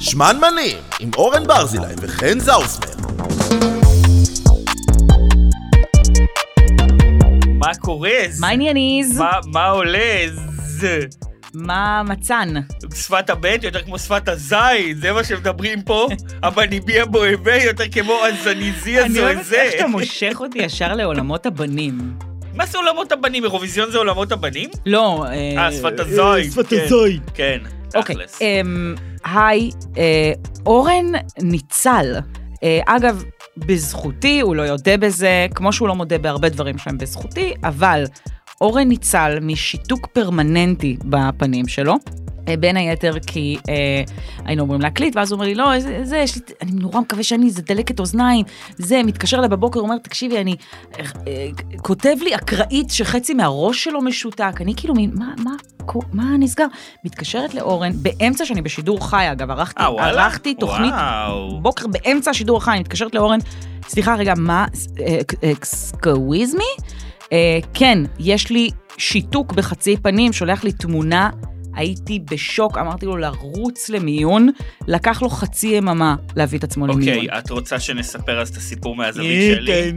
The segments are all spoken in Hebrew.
שמנמנים, עם אורן ברזילי וחן זאוסמן. מה קורה? מה ענייניז? מה עולה? מה מצן? שפת הבית יותר כמו שפת הזין, זה מה שמדברים פה. הבניבי הבוהבה יותר כמו הזניזי הזה. אני אוהבת איך שאתה מושך אותי ישר לעולמות הבנים. מה זה עולמות הבנים? אירוויזיון זה עולמות הבנים? לא. שפת הזין. שפת הזין. כן, תכלס. היי, אורן ניצל. אגב, בזכותי, הוא לא יודע בזה, כמו שהוא לא מודה בהרבה דברים שהם בזכותי, אבל אורן ניצל משיתוק פרמננטי בפנים שלו, בין היתר כי היינו אומרים להקליט, ואז הוא אומר לי, לא, זה, אני נורא מקווה זה דלקת אוזניים, זה, מתקשר לה בבוקר, הוא אומר, תקשיבי, אני, כותב לי אקראית שחצי מהראש שלו משותק, אני כאילו, מה נסגר? מתקשרת לאורן, באמצע שאני בשידור חי, אגב, ערכתי תוכנית בוקר, באמצע השידור החי, אני מתקשרת לאורן, סליחה רגע, מה, excuse me? כן, יש לי שיתוק בחצי פנים, שולח לי תמונה, הייתי בשוק, אמרתי לו לרוץ למיון, לקח לו חצי יממה להביא את עצמו למיון. אוקיי, את רוצה שנספר אז את הסיפור מהזווית שלי?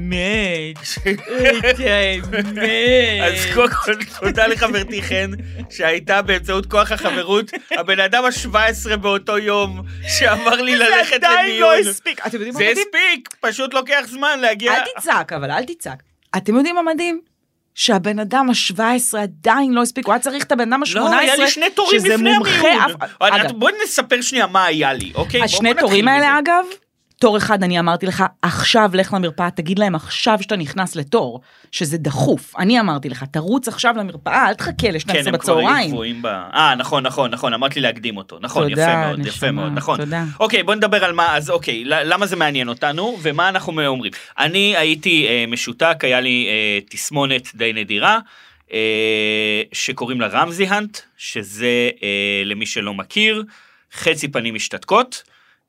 את האמת. אז קודם כל, תודה לחברתי חן, שהייתה באמצעות כוח החברות, הבן אדם ה-17 באותו יום, שאמר לי ללכת למיון. זה עדיין לא הספיק. זה הספיק, פשוט לוקח זמן להגיע. אל תצעק, אבל אל תצעק. אתם יודעים מה מדהים? שהבן אדם ה-17 עדיין לא הספיק, הוא היה צריך את הבן אדם ה-18, לא, היה לי שני תורים לפני המיון. בואי נספר שנייה מה היה לי, אוקיי? השני תורים האלה אגב, תור אחד אני אמרתי לך, עכשיו לך למרפאה, תגיד להם עכשיו שאתה נכנס לתור, שזה דחוף. אני אמרתי לך, תרוץ עכשיו למרפאה, אל תחכה ל-12 בצהריים. נכון, אמרת לי להקדים אותו. נכון, יפה מאוד, נכון. אוקיי, בוא נדבר על מה, אז אוקיי, למה זה מעניין אותנו, ומה אנחנו אומרים. אני הייתי משותק, היה לי תסמונת די נדירה, שקוראים לה רמזי הנט, שזה למי שלא מכיר, חצי פנים משתתקות,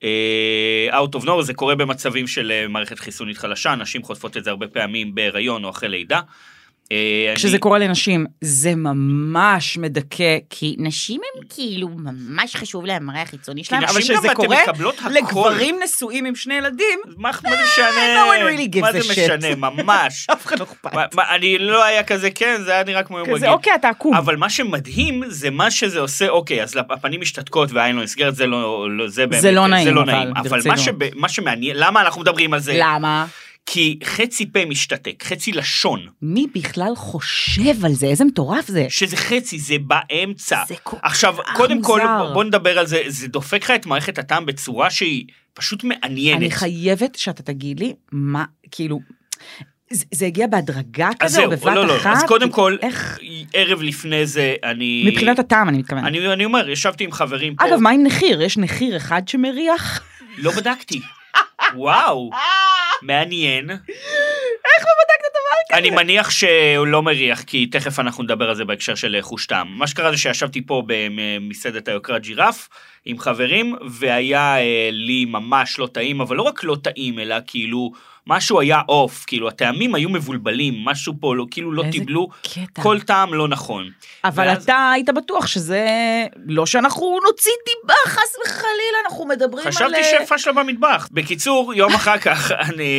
out of nowhere, זה קורה במצבים של מערכת חיסונית חלשה, נשים חוטפות את זה הרבה פעמים בהיריון או אחרי לידה. כשזה קורה לנשים, זה ממש מדכא, כי נשים הם כאילו ממש חשוב להם מראה החיצוני שלהם, אבל שזה קורה לגברים נשואים עם שני ילדים, מה זה משנה? מה זה משנה? ממש. אף אחד לא אכפת. אני לא היה כזה כן, זה היה נראה כמו יום רגיל. כזה אוקיי, אתה עקום. אבל מה שמדהים זה מה שזה עושה, אוקיי, אז הפנים משתתקות והעין לא נסגרת, זה לא נעים. אבל מה שמעניין, למה אנחנו מדברים על זה? למה? כי חצי פה משתתק, חצי לשון. מי בכלל חושב על זה? איזה מטורף זה? שזה חצי, זה באמצע. זה כל עכשיו, קודם כל, בוא נדבר על זה, זה דופק לך את מערכת הטעם בצורה שהיא פשוט מעניינת. אני חייבת שאתה תגיד לי, מה, כאילו, זה הגיע בהדרגה כזה, או בבת אחת? אז קודם כל, ערב לפני זה, אני... מבחינת הטעם, אני מתכוון. אני אומר, ישבתי עם חברים פה. אגב, מה עם נחיר? יש נחיר אחד שמריח? לא בדקתי. וואו, מעניין. איך לא בדקת את דבר כזה? אני מניח שהוא לא מריח, כי תכף אנחנו נדבר על זה בהקשר של חוש טעם. מה שקרה זה שישבתי פה במסעדת היוקרת ג'ירף עם חברים, והיה לי ממש לא טעים, אבל לא רק לא טעים, אלא כאילו משהו היה אוף, כאילו הטעמים היו מבולבלים, משהו פה כאילו לא טיבלו, כל טעם לא נכון. אבל אתה היית בטוח שזה לא שאנחנו נוציא דיבה, חס וחלילה, אנחנו מדברים על... חשבתי שפשלה במטבח. בקיצור, יום אחר כך,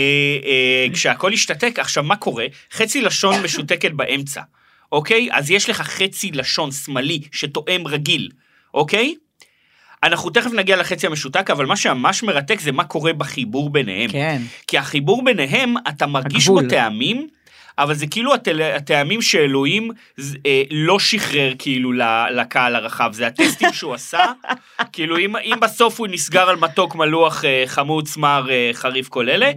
כשהכל השתתק, עכשיו מה קורה? חצי לשון משותקת באמצע, אוקיי? אז יש לך חצי לשון שמאלי שתואם רגיל, אוקיי? אנחנו תכף נגיע לחצי המשותק, אבל מה שממש מרתק זה מה קורה בחיבור ביניהם. כן. כי החיבור ביניהם, אתה מרגיש בו טעמים, אבל זה כאילו הטעמים שאלוהים לא שחרר כאילו לקהל הרחב, זה הטסטים שהוא עשה, כאילו אם בסוף הוא נסגר על מתוק מלוח חמוץ מר חריף כל אלה,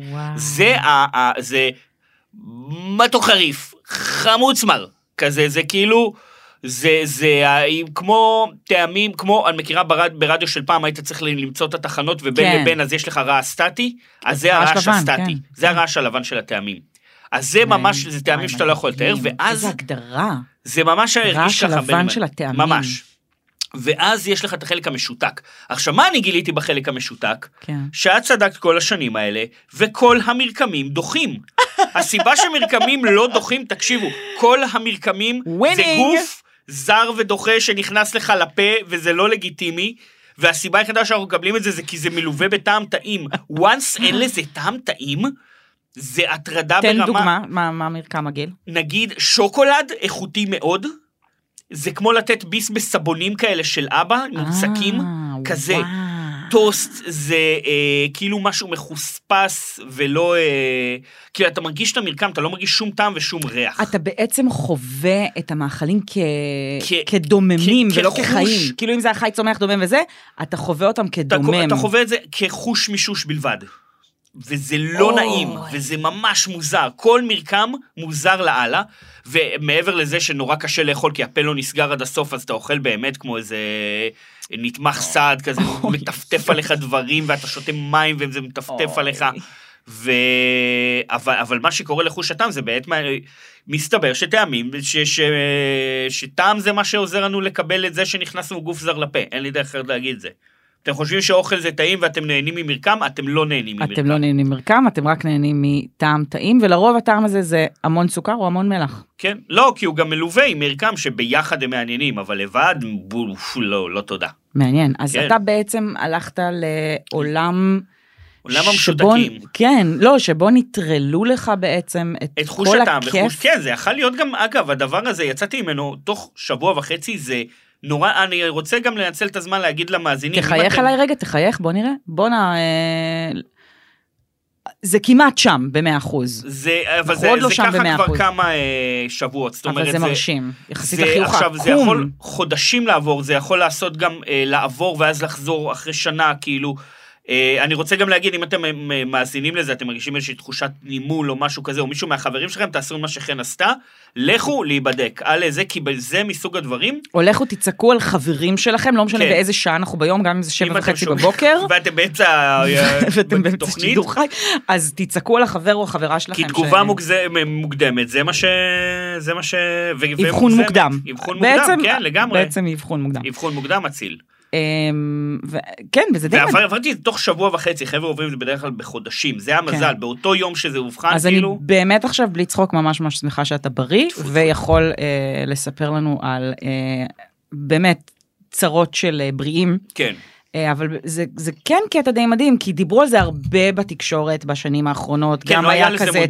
זה מתוק חריף, חמוץ מר, כזה, זה כאילו... זה כמו טעמים, כמו, אני מכירה ברדיו של פעם, היית צריך למצוא את התחנות, ובין לבין, אז יש לך רעש סטטי, אז זה הרעש הסטטי, זה הרעש הלבן של הטעמים. אז זה ממש, זה טעמים שאתה לא יכול לתאר, ואז... איזה הגדרה. זה ממש הרגיש ככה. רעש הלבן של הטעמים. ממש. ואז יש לך את החלק המשותק. עכשיו, מה אני גיליתי בחלק המשותק? שאת צדקת כל השנים האלה, וכל המרקמים דוחים. הסיבה שמרקמים לא דוחים, תקשיבו, כל המרקמים זה גוף זר ודוחה שנכנס לך לפה, וזה לא לגיטימי, והסיבה היחידה שאנחנו מקבלים את זה, זה כי זה מלווה בטעם טעים. once אין לזה טעם טעים, זה הטרדה ברמה... תן דוגמה, מה מרקם הגיל? נגיד, שוקולד איכותי מאוד, זה כמו לתת ביס בסבונים כאלה של אבא, מוצקים, כזה. טוסט זה כאילו משהו מחוספס, ולא... כאילו, אתה מרגיש את המרקם, אתה לא מרגיש שום טעם ושום ריח. אתה בעצם חווה את המאכלים כדוממים, ולא כחיים. כאילו, אם זה החי צומח דומם וזה, אתה חווה אותם כדומם. אתה חווה את זה כחוש מישוש בלבד. וזה לא נעים, וזה ממש מוזר. כל מרקם מוזר לעלה, ומעבר לזה שנורא קשה לאכול, כי הפה לא נסגר עד הסוף, אז אתה אוכל באמת כמו איזה נתמך סעד כזה, מטפטף עליך דברים, ואתה שותה מים, וזה מטפטף עליך. אבל מה שקורה לחוש הטעם, זה באמת מסתבר שטעמים, שטעם זה מה שעוזר לנו לקבל את זה שנכנסנו גוף זר לפה. אין לי דרך אחרת להגיד את זה. אתם חושבים שאוכל זה טעים ואתם נהנים ממרקם, אתם לא נהנים ממרקם. אתם לא נהנים ממרקם, אתם רק נהנים מטעם טעים, ולרוב הטעם הזה זה המון סוכר או המון מלח. כן, לא, כי הוא גם מלווה עם מרקם שביחד הם מעניינים, אבל לבד, לא תודה. מעניין, אז אתה בעצם הלכת לעולם... עולם המשותקים. כן, לא, שבו נטרלו לך בעצם את חוש כל הטעם, הכיף. כן, זה יכול להיות גם, אגב, הדבר הזה, יצאתי ממנו תוך שבוע וחצי, זה... נורא, אני רוצה גם לנצל את הזמן להגיד למאזינים. תחייך עליי רגע, תחייך, בוא נראה. זה כמעט שם, ב100%. אבל זה ככה כבר כמה שבועות. אבל זה מרשים, יחסית החיוך עכשיו, זה יכול חודשים לעבור, זה יכול לעשות גם לעבור, ואז לחזור אחרי שנה, כאילו... אני רוצה גם להגיד, אם אתם מאזינים לזה, אתם מרגישים איזושהי תחושת נימול או משהו כזה, או מישהו מהחברים שלכם, תעשו מה שכן עשתה, לכו להיבדק על זה, כי זה מסוג הדברים. או לכו תצעקו על חברים שלכם, לא משנה באיזה שעה אנחנו ביום, גם אם זה 7:30 בבוקר. ואתם באמצע תוכנית. אז תצעקו על החבר או החברה שלכם. כי תגובה מוקדמת, זה מה ש... אבחון מוקדם. אבחון מוקדם, כן, לגמרי. בעצם אבחון מוקדם. אבחון מוקדם מציל. כן, וזה די... ועברתי תוך שבוע וחצי, חבר'ה עוברים את זה בדרך כלל בחודשים, זה המזל, באותו יום שזה הובחן, אז אני באמת עכשיו בלי צחוק ממש ממש שמחה שאתה בריא, ויכול לספר לנו על באמת צרות של בריאים. כן. אבל זה כן קטע די מדהים, כי דיברו על זה הרבה בתקשורת בשנים האחרונות, גם היה כזה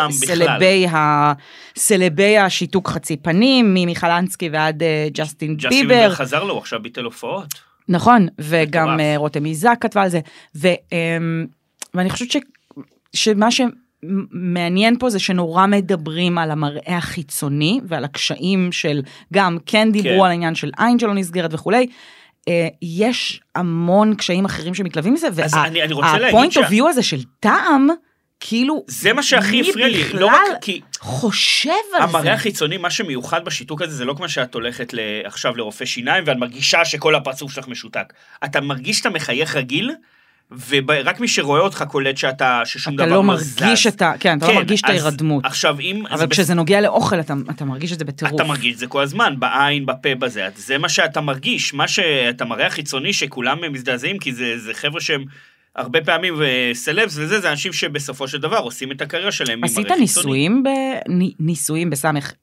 סלבי השיתוק חצי פנים, ממיכלנסקי ועד ג'סטין ביבר. ג'סטין ביבר חזר לו, עכשיו ביטל הופעות. נכון, וגם רותם איזק כתבה על זה, ואני חושבת שמה שמעניין פה זה שנורא מדברים על המראה החיצוני, ועל הקשיים של, גם כן דיברו על העניין של עין שלא נסגרת וכולי, יש המון קשיים אחרים שמתלווים לזה, והפוינט אוף ויו הזה של טעם, כאילו, זה מה שהכי הפריע לי, לא רק כי... חושב על זה. המראה החיצוני, מה שמיוחד בשיתוק הזה, זה לא כמו שאת הולכת עכשיו לרופא שיניים, ואת מרגישה שכל הפרצוף שלך משותק. אתה מרגיש שאתה מחייך רגיל, ורק מי שרואה אותך קולט ששום דבר לא זז. כן, אתה לא מרגיש את ההירדמות. עכשיו, אם... אבל כשזה נוגע לאוכל, אתה מרגיש את זה בטירוף. אתה מרגיש את זה כל הזמן, בעין, בפה, בזה. זה מה שאתה מרגיש, מה שאתה מראה החיצוני, שכולם מזדעזעים, כי זה חבר'ה שהם הרבה פעמים, וסלבס וזה, זה אנשים שבסופו של דבר עושים את הקריירה שלהם. עשית ניסויים בסמך,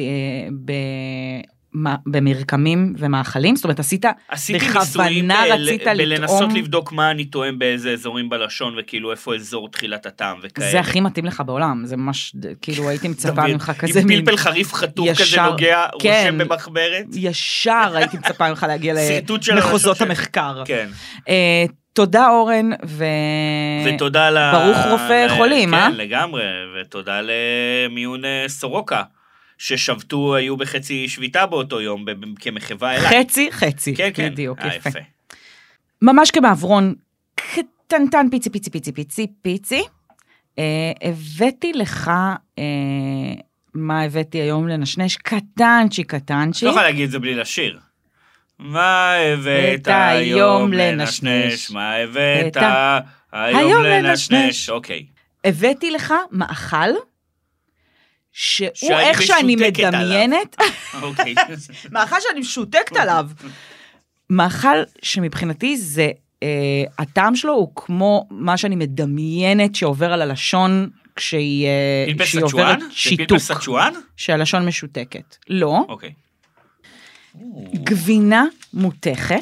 במרקמים ומאכלים? זאת אומרת, בכוונה רצית לטעום? בלנסות לבדוק מה אני טועם באיזה אזורים בלשון, וכאילו איפה אזור תחילת הטעם וכאלה. זה הכי מתאים לך בעולם, זה ממש, כאילו הייתי מצפה ממך כזה... עם פלפל חריף חתוך כזה נוגע, רושם במחברת. ישר הייתי מצפה ממך להגיע למחוזות המחקר. כן. תודה אורן, ותודה ברוך רופא חולים, כן, לגמרי, ותודה למיון סורוקה. ששבתו, היו בחצי שביתה באותו יום, כמחווה אליי. חצי, כן, כן. בדיוק, יפה. ממש כמעברון, קטנטן, פיצי, הבאתי לך, מה הבאתי היום לנשנש? קטנצ'י. לא יכולה להגיד את זה בלי לשיר. מה הבאת היום לנשנש? מה הבאת היום לנשנש? אוקיי. הבאתי לך מאכל, שהוא איך שאני מדמיינת, מאכל שאני משותקת עליו, מאכל שמבחינתי זה, הטעם שלו הוא כמו מה שאני מדמיינת שעובר על הלשון, כשהיא עוברת שיתוק, שהלשון משותקת. לא. גבינה מותכת,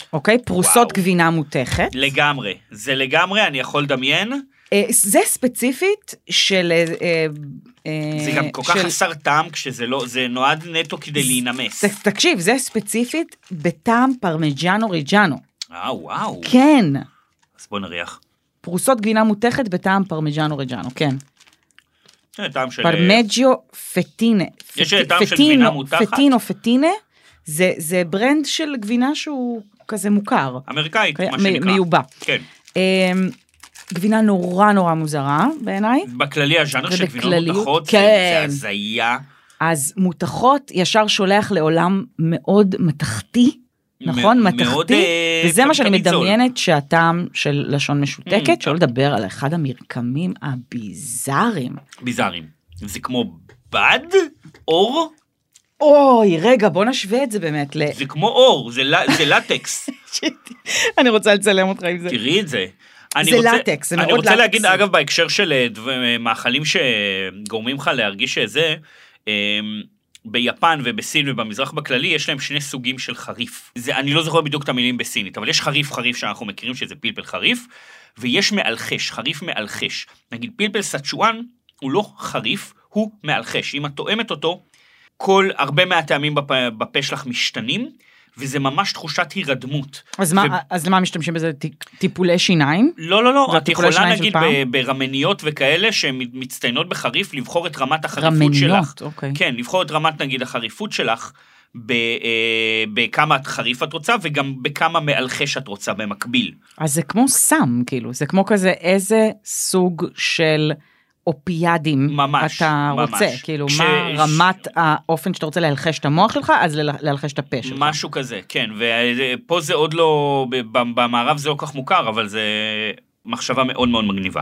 אוקיי? פרוסות גבינה מותכת. לגמרי. זה לגמרי, אני יכול לדמיין. זה ספציפית של... זה גם כל כך חסר טעם, כשזה לא, זה נועד נטו כדי להינמס. תקשיב, זה ספציפית בטעם פרמיג'אנו ריג'אנו. וואו. כן. אז בוא נריח. פרוסות גבינה מותכת בטעם פרמיג'אנו ריג'אנו, כן. טעם של... פרמג'יו פטינה. יש טעם של גבינה מותחת? פטינה, זה ברנד של גבינה שהוא כזה מוכר. אמריקאית, מה שנקרא. מיובא. כן. גבינה נורא נורא מוזרה בעיניי. בכללי, הז'אנר של גבינות מותחות, זה הזיה. אז מותחות ישר שולח לעולם מאוד מתכתי, נכון? מתכתי, וזה מה שאני מדמיינת שהטעם של לשון משותקת, שלא לדבר על אחד המרקמים הביזאריים. ביזאריים. זה כמו בד? אור? אוי, רגע, בוא נשווה את זה באמת. זה כמו אור, זה לטקס. אני רוצה לצלם אותך עם זה. תראי את זה. זה לטקס, זה מאוד לטקס. אני רוצה להגיד, אגב, בהקשר של מאכלים שגורמים לך להרגיש שזה, ביפן ובסין ובמזרח בכללי, יש להם שני סוגים של חריף. אני לא זוכר בדיוק את המילים בסינית, אבל יש חריף שאנחנו מכירים שזה פלפל חריף, ויש מאלחש, חריף מאלחש. נגיד, פלפל סצ'ואן הוא לא חריף, הוא מאלחש. אם את תואמת אותו, הרבה מהטעמים בפה שלך משתנים, וזה ממש תחושת הירדמות. אז למה משתמשים בזה? טיפולי שיניים? לא, את יכולה נגיד ברמניות וכאלה, שהן מצטיינות בחריף, לבחור את רמת החריפות שלך. רמניות, אוקיי. כן, לבחור את רמת נגיד החריפות שלך, בכמה חריף את רוצה, וגם בכמה מאלחש את רוצה במקביל. אז זה כמו סם, כאילו, זה כמו כזה איזה סוג של... אופיאדים ממש, אתה רוצה, ממש. כאילו מה רמת האופן שאתה רוצה להלחש את המוח שלך, אז להלחש את הפה שלך. משהו כזה, כן, ופה זה עוד לא, במערב זה לא כך מוכר, אבל זה מחשבה מאוד מאוד מגניבה.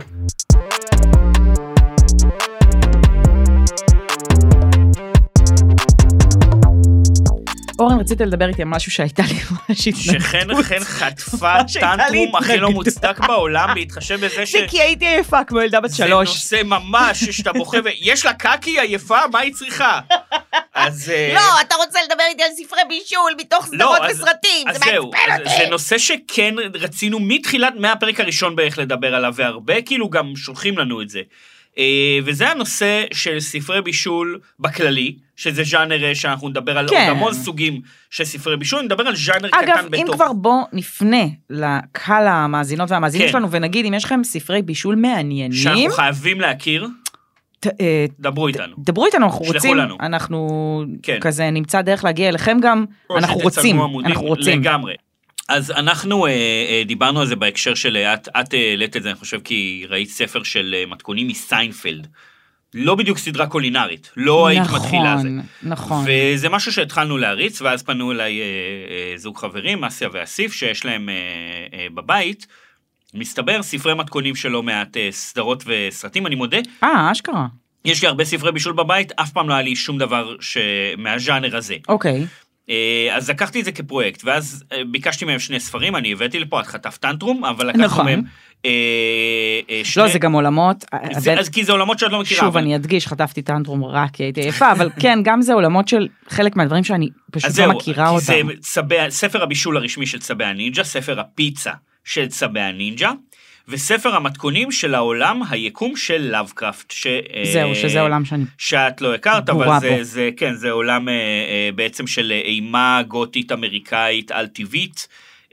אורן, רציתי לדבר איתי על משהו שהייתה לי ממש התנגדות. שכן חטפה טנטרום הכי לא מוצדק בעולם, להתחשב בזה זה כי הייתי עייפה כמו ילדה בת 3. זה נושא ממש, שאתה בוכה, יש לה קקי עייפה, מה היא צריכה? לא, אתה רוצה לדבר איתי על ספרי בישול, מתוך סדרות וסרטים, זה מעצבן אותי. זה נושא שכן רצינו מהפרק הראשון בערך לדבר עליו, והרבה כאילו גם שולחים לנו את זה. וזה הנושא של ספרי בישול בכללי, שזה ז'אנר שאנחנו נדבר על עוד המון סוגים של ספרי בישול, נדבר על ז'אנר קטן בתוך. אגב, אם כבר בוא נפנה לקהל המאזינות והמאזינים שלנו, ונגיד אם יש לכם ספרי בישול מעניינים. שאנחנו חייבים להכיר, דברו איתנו. דברו איתנו, אנחנו רוצים, אנחנו כזה נמצא דרך להגיע אליכם גם, אנחנו רוצים. לגמרי. אז אנחנו דיברנו על זה בהקשר של, את העלית את זה, אני חושב, כי ראית ספר של מתכונים מסיינפלד. לא בדיוק סדרה קולינרית, לא היית מתחילה על זה. נכון. וזה משהו שהתחלנו להריץ, ואז פנו אליי זוג חברים, אסיה ואסיף, שיש להם בבית, מסתבר ספרי מתכונים שלא מעט סדרות וסרטים, אני מודה. אשכרה. יש לי הרבה ספרי בישול בבית, אף פעם לא היה לי שום דבר מהז'אנר הזה. אוקיי. אז לקחתי את זה כפרויקט, ואז ביקשתי מהם שני ספרים, אני הבאתי לפה, את חטף טנטרום, אבל לקחנו מהם לא, זה גם עולמות. אז כי זה עולמות שאת לא מכירה. שוב, אני אדגיש, חטפתי טנטרום רק כי הייתי עייפה, אבל כן, גם זה עולמות של חלק מהדברים שאני פשוט לא מכירה אותם. זה ספר הבישול הרשמי של צבי הנינג'ה, ספר הפיצה של צבי הנינג'ה, וספר המתכונים של העולם היקום של לאבקראפט. זהו, שזה עולם שאני שאת לא הכרת, אבל זה, כן, זה עולם בעצם של אימה גותית אמריקאית על טבעית,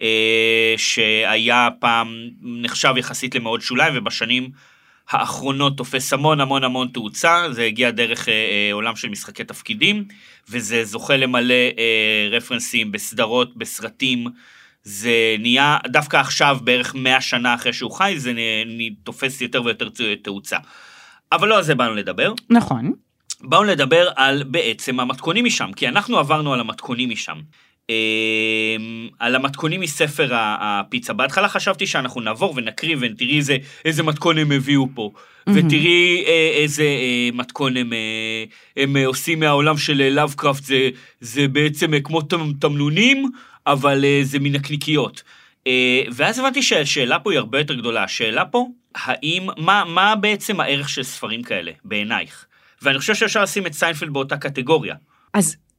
שהיה פעם נחשב יחסית למאוד שוליים, ובשנים האחרונות תופס המון המון המון תאוצה, זה הגיע דרך עולם של משחקי תפקידים, וזה זוכה למלא רפרנסים בסדרות, בסרטים, זה נהיה, דווקא עכשיו, בערך 100 שנה אחרי שהוא חי, זה תופס יותר ויותר תאוצה. אבל לא על זה באנו לדבר. נכון. באנו לדבר על בעצם המתכונים משם, כי אנחנו עברנו על המתכונים משם. על המתכונים מספר הפיצה. בהתחלה חשבתי שאנחנו נעבור ונקריא ותראי איזה מתכון הם הביאו פה, ותראי איזה מתכון הם עושים מהעולם של לאבקראפט, זה בעצם כמו תמנונים, אבל זה מנקניקיות. ואז הבנתי שהשאלה פה היא הרבה יותר גדולה. השאלה פה, מה בעצם הערך של ספרים כאלה בעינייך? ואני חושב שאפשר לשים את סיינפלד באותה קטגוריה. אז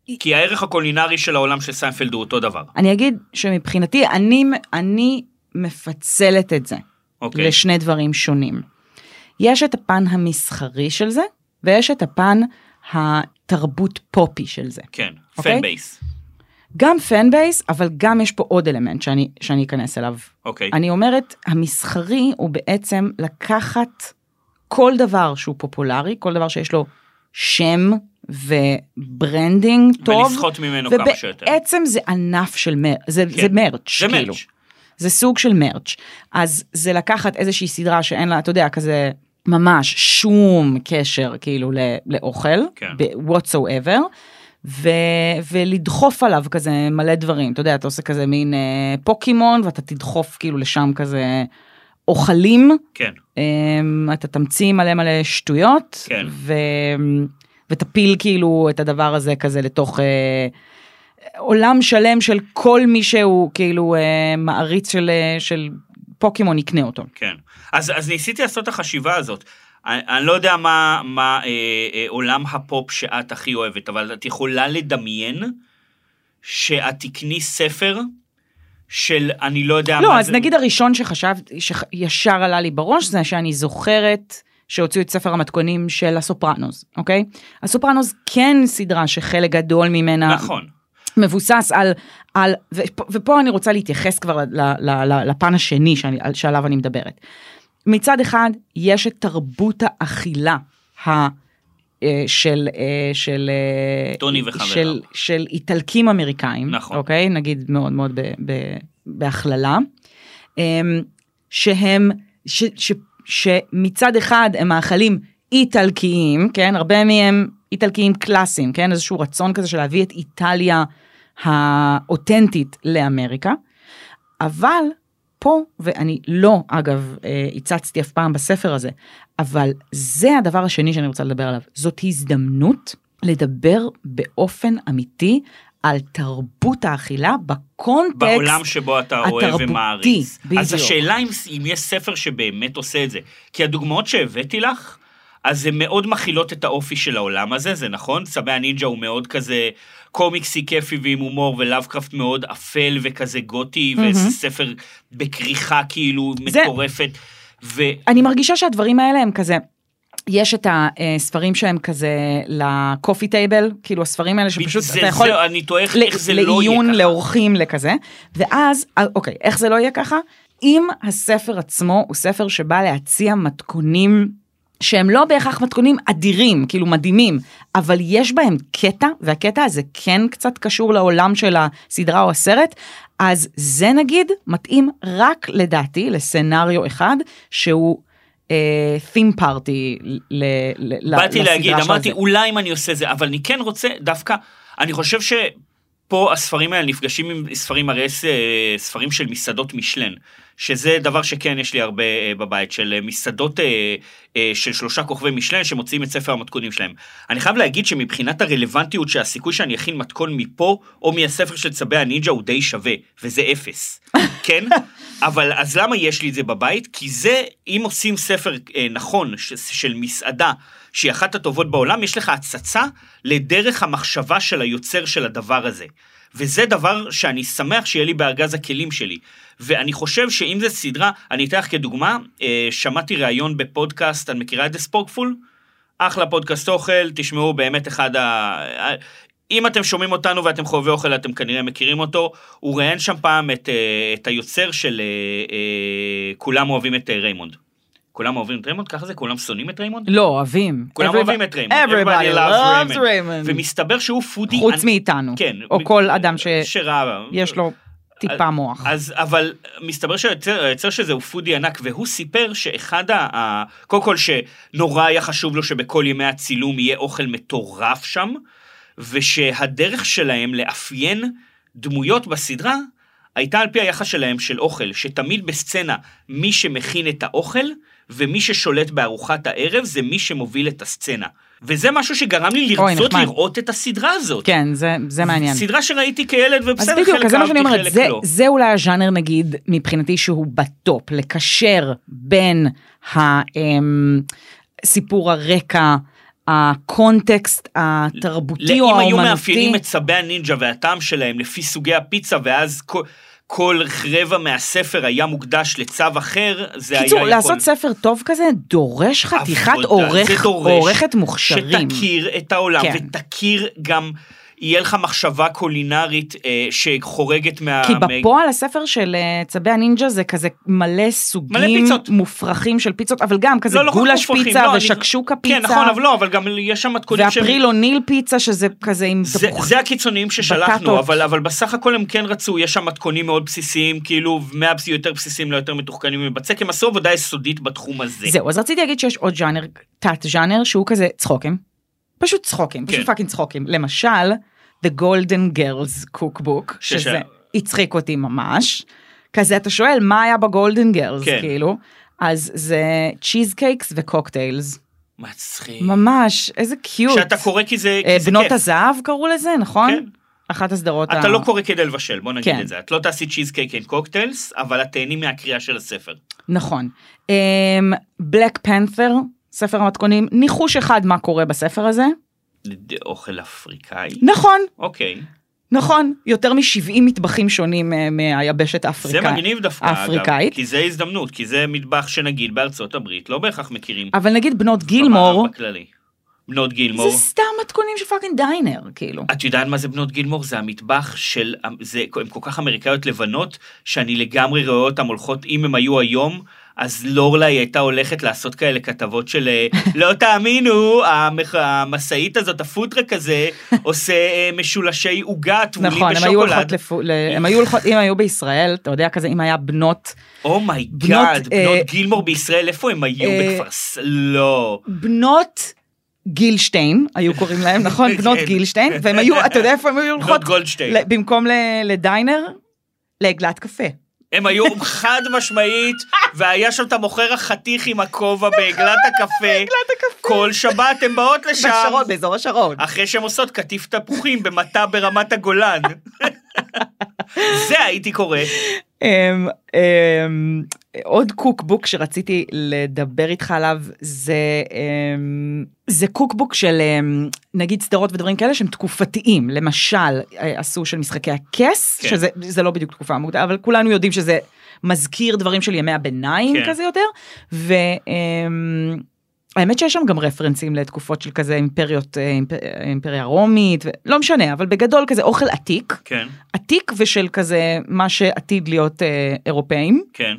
כי הערך הקולינרי של העולם של סיינפלד הוא אותו דבר. אני אגיד שמבחינתי, אני מפצלת את זה לשני דברים שונים. יש את הפן המסחרי של זה, ויש את הפן התרבות פופי של זה. כן, פן בייס. גם פן בייס, אבל גם יש פה עוד אלמנט שאני אכנס אליו. אני אומרת, המסחרי הוא בעצם לקחת כל דבר שהוא פופולרי, כל דבר שיש לו שם וברנדינג טוב. ולסחוט ממנו כמה שיותר. ובעצם זה ענף של זה מרץ' כאילו. זה סוג של מרץ'. אז זה לקחת איזושהי סדרה שאין לה, אתה יודע, כזה ממש שום קשר כאילו לאוכל, whatsoever, ולדחוף עליו כזה מלא דברים. אתה יודע, אתה עושה כזה מין פוקימון, ואתה תדחוף כאילו לשם כזה אוכלים. כן. אתה תמציא מלא שטויות. כן. ותפיל כאילו את הדבר הזה כזה לתוך עולם שלם של כל מי שהוא כאילו מעריץ של פוקימון יקנה אותו. כן. אז ניסיתי לעשות את החשיבה הזאת. אני לא יודע מה עולם הפופ שאת הכי אוהבת, אבל את יכולה לדמיין שאת תקני ספר של אני לא יודע לא, מה אז נגיד הראשון שחשבתי, שישר עלה לי בראש, זה שאני זוכרת שהוציאו את ספר המתכונים של הסופרנוס, אוקיי? הסופרנוס כן סדרה שחלק גדול ממנה נכון. מבוסס על ופה אני רוצה להתייחס כבר לפן השני שעליו אני מדברת. מצד אחד, יש את תרבות האכילה של איטלקים אמריקאים, נכון. אוקיי? נגיד מאוד מאוד בהכללה, שמצד אחד הם מאכלים איטלקיים, כן? הרבה מהם איטלקיים קלאסיים, כן? איזשהו רצון כזה של להביא את איטליה האותנטית לאמריקה, אבל פה, ואני לא, אגב, הצצתי אף פעם בספר הזה, אבל זה הדבר השני שאני רוצה לדבר עליו. זאת הזדמנות לדבר באופן אמיתי על תרבות האכילה בקונטקסט בעולם שבו אתה אוהב ומעריץ. אז השאלה אם יש ספר שבאמת עושה את זה. כי הדוגמאות שהבאתי לך, אז זה מאוד מכילות את האופי של העולם הזה, זה נכון? צבי הנינג'ה הוא מאוד כזה קומיקסי כיפי ועם הומור, ולאבקראפט מאוד אפל וכזה גותי, וספר בקריחה כאילו מטורפת. אני מרגישה שהדברים האלה הם כזה, יש את הספרים שהם כזה לקופי טייבל, כאילו הספרים האלה שפשוט אתה יכול לעיון, לאורחים, לכזה, ואז, אוקיי, איך זה לא יהיה ככה? אם הספר עצמו הוא ספר שבא להציע מתכונים, שהם לא בהכרח מתכונים אדירים, כאילו מדהימים, אבל יש בהם קטע, והקטע הזה כן קצת קשור לעולם של הסדרה או הסרט, אז זה נגיד מתאים רק לדעתי לסנריו אחד, שהוא theme party לסדרה של זה. באתי להגיד, אמרתי אולי אם אני עושה זה, אבל אני כן רוצה דווקא, אני חושב שפה הספרים האלה נפגשים עם ספרים, הרי ספרים של מסעדות משלן, שזה דבר שכן יש לי הרבה בבית, של מסעדות של 3 כוכבי משלן, שמוציאים את ספר המתכונים שלהם. אני חייב להגיד שמבחינת הרלוונטיות, שהסיכוי שאני אכין מתכון מפה, או מהספר של צבי הנינג'ה, הוא די שווה, וזה 0. כן? אבל אז למה יש לי את זה בבית? כי זה, אם עושים ספר נכון, של מסעדה, שהיא אחת הטובות בעולם, יש לך הצצה לדרך המחשבה של היוצר של הדבר הזה. וזה דבר שאני שמח שיהיה לי בארגז הכלים שלי. ואני חושב שאם זה סדרה, אני אתן לך כדוגמה, שמעתי ראיון בפודקאסט, אני מכירה את זה ספורקפול? אחלה פודקאסט אוכל, תשמעו באמת אחד אם אתם שומעים אותנו ואתם חובבי אוכל, אתם כנראה מכירים אותו, הוא ראיין שם פעם את היוצר של כולם אוהבים את ריימונד. כולם אוהבים את ריימונד? ככה זה? כולם שונאים את ריימונד? לא, אוהבים. כולם אוהבים את ריימונד. Everybody loves Raymond. ומסתבר שהוא פודי... חוץ מאיתנו. כן. או כל אדם שיש לו טיפה מוח. אבל מסתבר שהיוצר שזה הוא פודי ענק, והוא סיפר שאחד קודם כל שנורא היה חשוב לו שבכל ימי הצילום יהיה אוכל מטורף שם, ושהדרך שלהם לאפיין דמויות בסדרה, הייתה על פי היחס שלהם של אוכל, שתמיד בסצנה מי שמכין את האוכל, ומי ששולט בארוחת הערב, זה מי שמוביל את הסצנה. וזה משהו שגרם לי לרצות לראות את הסדרה הזאת. כן, זה מעניין. סדרה שראיתי כילד, ובסדר, חלק אהבתי, חלק לא. זה אולי הז'אנר, נגיד, מבחינתי שהוא בטופ, לקשר בין סיפור הרקע, הקונטקסט התרבותי או אם היו האומנותי. מאפיינים את צבי הנינג'ה והטעם שלהם לפי סוגי הפיצה, ואז כל רבע מהספר היה מוקדש לצו אחר, זה היה קיצור, יכול... לעשות ספר טוב כזה, דורש חתיכת עורכת מוכשרים. שתכיר את העולם, כן. ותכיר גם... יהיה לך מחשבה קולינרית שחורגת מה... כי בפועל הספר של צבי הנינג'ה זה כזה מלא סוגים מופרכים של פיצות, אבל גם כזה גולש פיצה ושקשוקה פיצה. כן, נכון, אבל לא, אבל גם יש שם מתכונים ואפריל אוניל פיצה, שזה כזה עם תפוח. זה הקיצוניים ששלחנו, אבל בסך הכל הם כן רצו, יש שם מתכונים מאוד בסיסיים, כאילו יותר בסיסיים ליותר מתוחכנים מבצק, הם עשו עבודה יסודית בתחום הזה. זהו, אז רציתי להגיד שיש עוד ז'אנר, תת ז'אנר, שהוא כזה צחוקים. פשוט צחוקים, פשוט פאקינג צחוקים. למשל, The Golden Girls Cookbook, שזה הצחיק אותי ממש. כזה אתה שואל, מה היה בגולדן גרלס, כאילו? אז זה צ'יז קייקס וקוקטיילס. מצחיק. ממש, איזה קיוט. שאתה קורא כי זה כיף. בנות הזהב קראו לזה, נכון? כן. אחת הסדרות. אתה לא קורא כדי לבשל, בוא נגיד את זה. את לא תעשי צ'יז קייק and קוקטיילס, אבל את תהני מהקריאה של הספר. נכון. בלק פנת'ר, ספר המתכונים, ניחוש אחד מה קורה בספר הזה. אוכל אפריקאי? נכון. אוקיי. נכון, יותר מ-70 מטבחים שונים מהיבשת האפריקאית. זה מגניב דווקא, אגב, כי זה הזדמנות, כי זה מטבח שנגיד בארצות הברית, לא בהכרח מכירים. אבל נגיד בנות גילמור, בנות גילמור. זה סתם מתכונים של פאקינג דיינר, כאילו. את יודעת מה זה בנות גילמור? זה המטבח של, הם כל כך אמריקאיות לבנות, שאני לגמרי רואה אותם הולכות, אם הם היו היום, אז לורלה היא הייתה הולכת לעשות כאלה כתבות של, לא תאמינו, המסעית הזאת, הפוטרק הזה, עושה משולשי עוגה, טבולים בשוקולד. נכון, הם היו הולכות, אם היו בישראל, אתה יודע כזה, אם היה בנות... אומייגאד, בנות גילמור בישראל, איפה הם היו בכפר? לא. בנות... גילשטיין, היו קוראים להם, נכון? בנות גילשטיין, והם היו, אתה יודע איפה הם היו הולכות? בנות גולדשטיין. במקום לדיינר, לעגלת קפה. הם היו חד משמעית, והיה שם את המוכר החתיך עם הכובע בעגלת הקפה. כל שבת הם באות לשם. בשרון, באזור השרון. אחרי שהם עושות כתיף תפוחים במטע ברמת הגולן. זה הייתי קורא. עוד קוקבוק שרציתי לדבר איתך עליו, זה קוקבוק של נגיד סדרות ודברים כאלה שהם תקופתיים, למשל עשו של משחקי הכס, שזה לא בדיוק תקופה מוקדמת, אבל כולנו יודעים שזה מזכיר דברים של ימי הביניים כזה יותר, האמת שיש שם גם רפרנסים לתקופות של כזה אימפריות, אימפריה רומית, לא משנה, אבל בגדול כזה אוכל עתיק, כן. עתיק ושל כזה מה שעתיד להיות אירופאים. כן.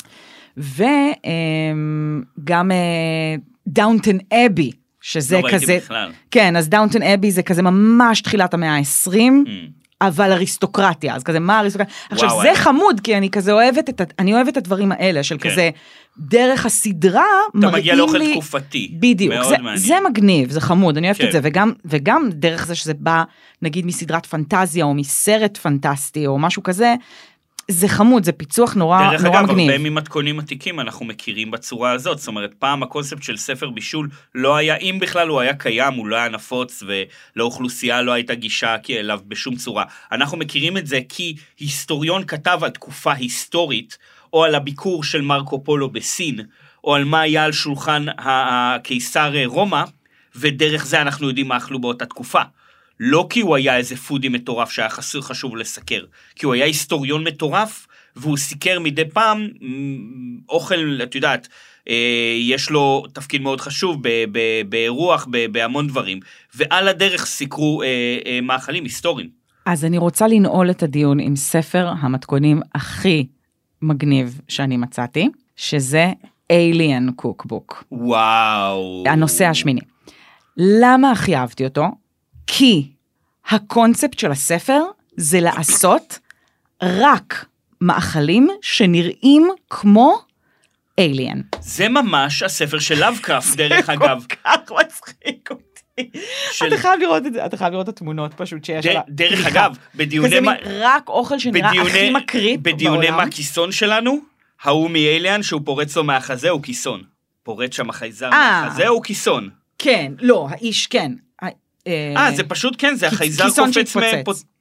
וגם דאונטון אבי, שזה לא כזה, ראיתי בכלל. כן, אז דאונטון אבי זה כזה ממש תחילת המאה ה-20, אבל אריסטוקרטיה, אז כזה מה אריסטוקרטיה? עכשיו זה חמוד, כי אני כזה אוהבת את הדברים האלה, של כזה דרך הסדרה, אתה מגיע לאוכל תקופתי. בדיוק, זה מגניב, זה חמוד, אני אוהבת את זה, וגם דרך זה שזה בא, נגיד מסדרת פנטזיה, או מסרט פנטסטי, או משהו כזה, זה חמוד, זה פיצוח נורא מגניב. דרך אגב, הרבה ממתכונים עתיקים אנחנו מכירים בצורה הזאת, זאת אומרת, פעם הקונספט של ספר בישול לא היה, אם בכלל הוא היה קיים, הוא לא היה נפוץ, ולאוכלוסייה לא הייתה גישה אליו בשום צורה. אנחנו מכירים את זה כי היסטוריון כתב על תקופה היסטורית, או על הביקור של מרקו פולו בסין, או על מה היה על שולחן הקיסר רומא, ודרך זה אנחנו יודעים מה אכלו באותה תקופה. לא כי הוא היה איזה פודי מטורף שהיה חשוב לסקר, כי הוא היה היסטוריון מטורף, והוא סיקר מדי פעם אוכל, את יודעת, יש לו תפקיד מאוד חשוב באירוח, בהמון דברים, ועל הדרך סיקרו מאכלים היסטוריים. אז אני רוצה לנעול את הדיון עם ספר המתכונים הכי מגניב שאני מצאתי, שזה Alien Cookbook. וואו. הנושא השמיני. למה הכי אהבתי אותו? כי הקונספט של הספר זה לעשות רק מאכלים שנראים כמו אליאן. זה ממש הספר של לאבקראפט, דרך אגב. כל כך מצחיק אותי. אתה חייב לראות את זה, אתה חייב לראות את התמונות פשוט שיש עליו. דרך אגב, בדיוני... כזה רק אוכל שנראה הכי מקריפ בעולם. בדיוני מהכיסון שלנו, ההוא מאליאן שהוא פורץ לו מהחזה הוא כיסון. פורץ שם החייזר מהחזה הוא כיסון. כן, לא, האיש כן. זה פשוט כן, זה החייזר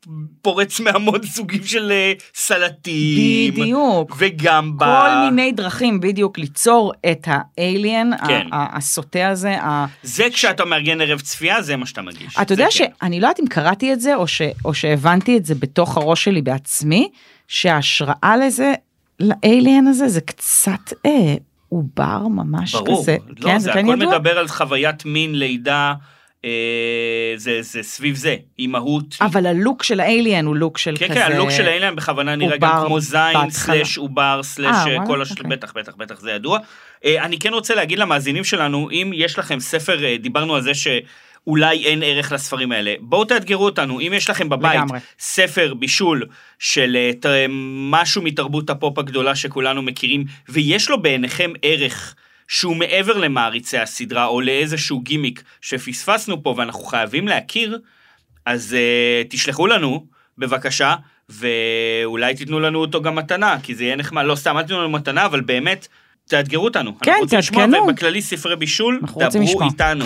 פורץ מהמון סוגים של סלטים. בדיוק. וגם כל מיני דרכים בדיוק ליצור את האליין, כן. הסוטה הזה. זה כשאתה מארגן ערב צפייה, זה מה שאתה מגיש. אתה יודע כן. שאני לא יודעת אם קראתי את זה, או שהבנתי את זה בתוך הראש שלי בעצמי, שההשראה לזה, לאליין הזה, זה קצת עובר ממש ברור. כזה. ברור, כן, זה הכל מדבר על חוויית מין, לידה, זה סביב זה, אימהות. אבל הלוק של האליין הוא לוק של כן, כזה... כן, הלוק של האליין בכוונה נראה גם כמו זין, סלש עובר, סלש כל בטח, זה ידוע. אני כן רוצה להגיד למאזינים שלנו, אם יש לכם ספר, דיברנו על זה שאולי אין ערך לספרים האלה, בואו תאתגרו אותנו, אם יש לכם בבית ספר בישול של משהו מתרבות הפופ הגדולה שכולנו מכירים, ויש לו בעיניכם ערך שהוא מעבר למעריצי הסדרה, או לאיזשהו גימיק שפספסנו פה, ואנחנו חייבים להכיר, אז תשלחו לנו, בבקשה, ואולי תיתנו לנו אותו גם מתנה, כי זה יהיה נחמד, לא סתם תיתנו לנו מתנה, אבל באמת, תאתגרו אותנו. כן, אנחנו רוצים לשמוע, תאתגנו. ובכללי ספרי בישול, דברו איתנו.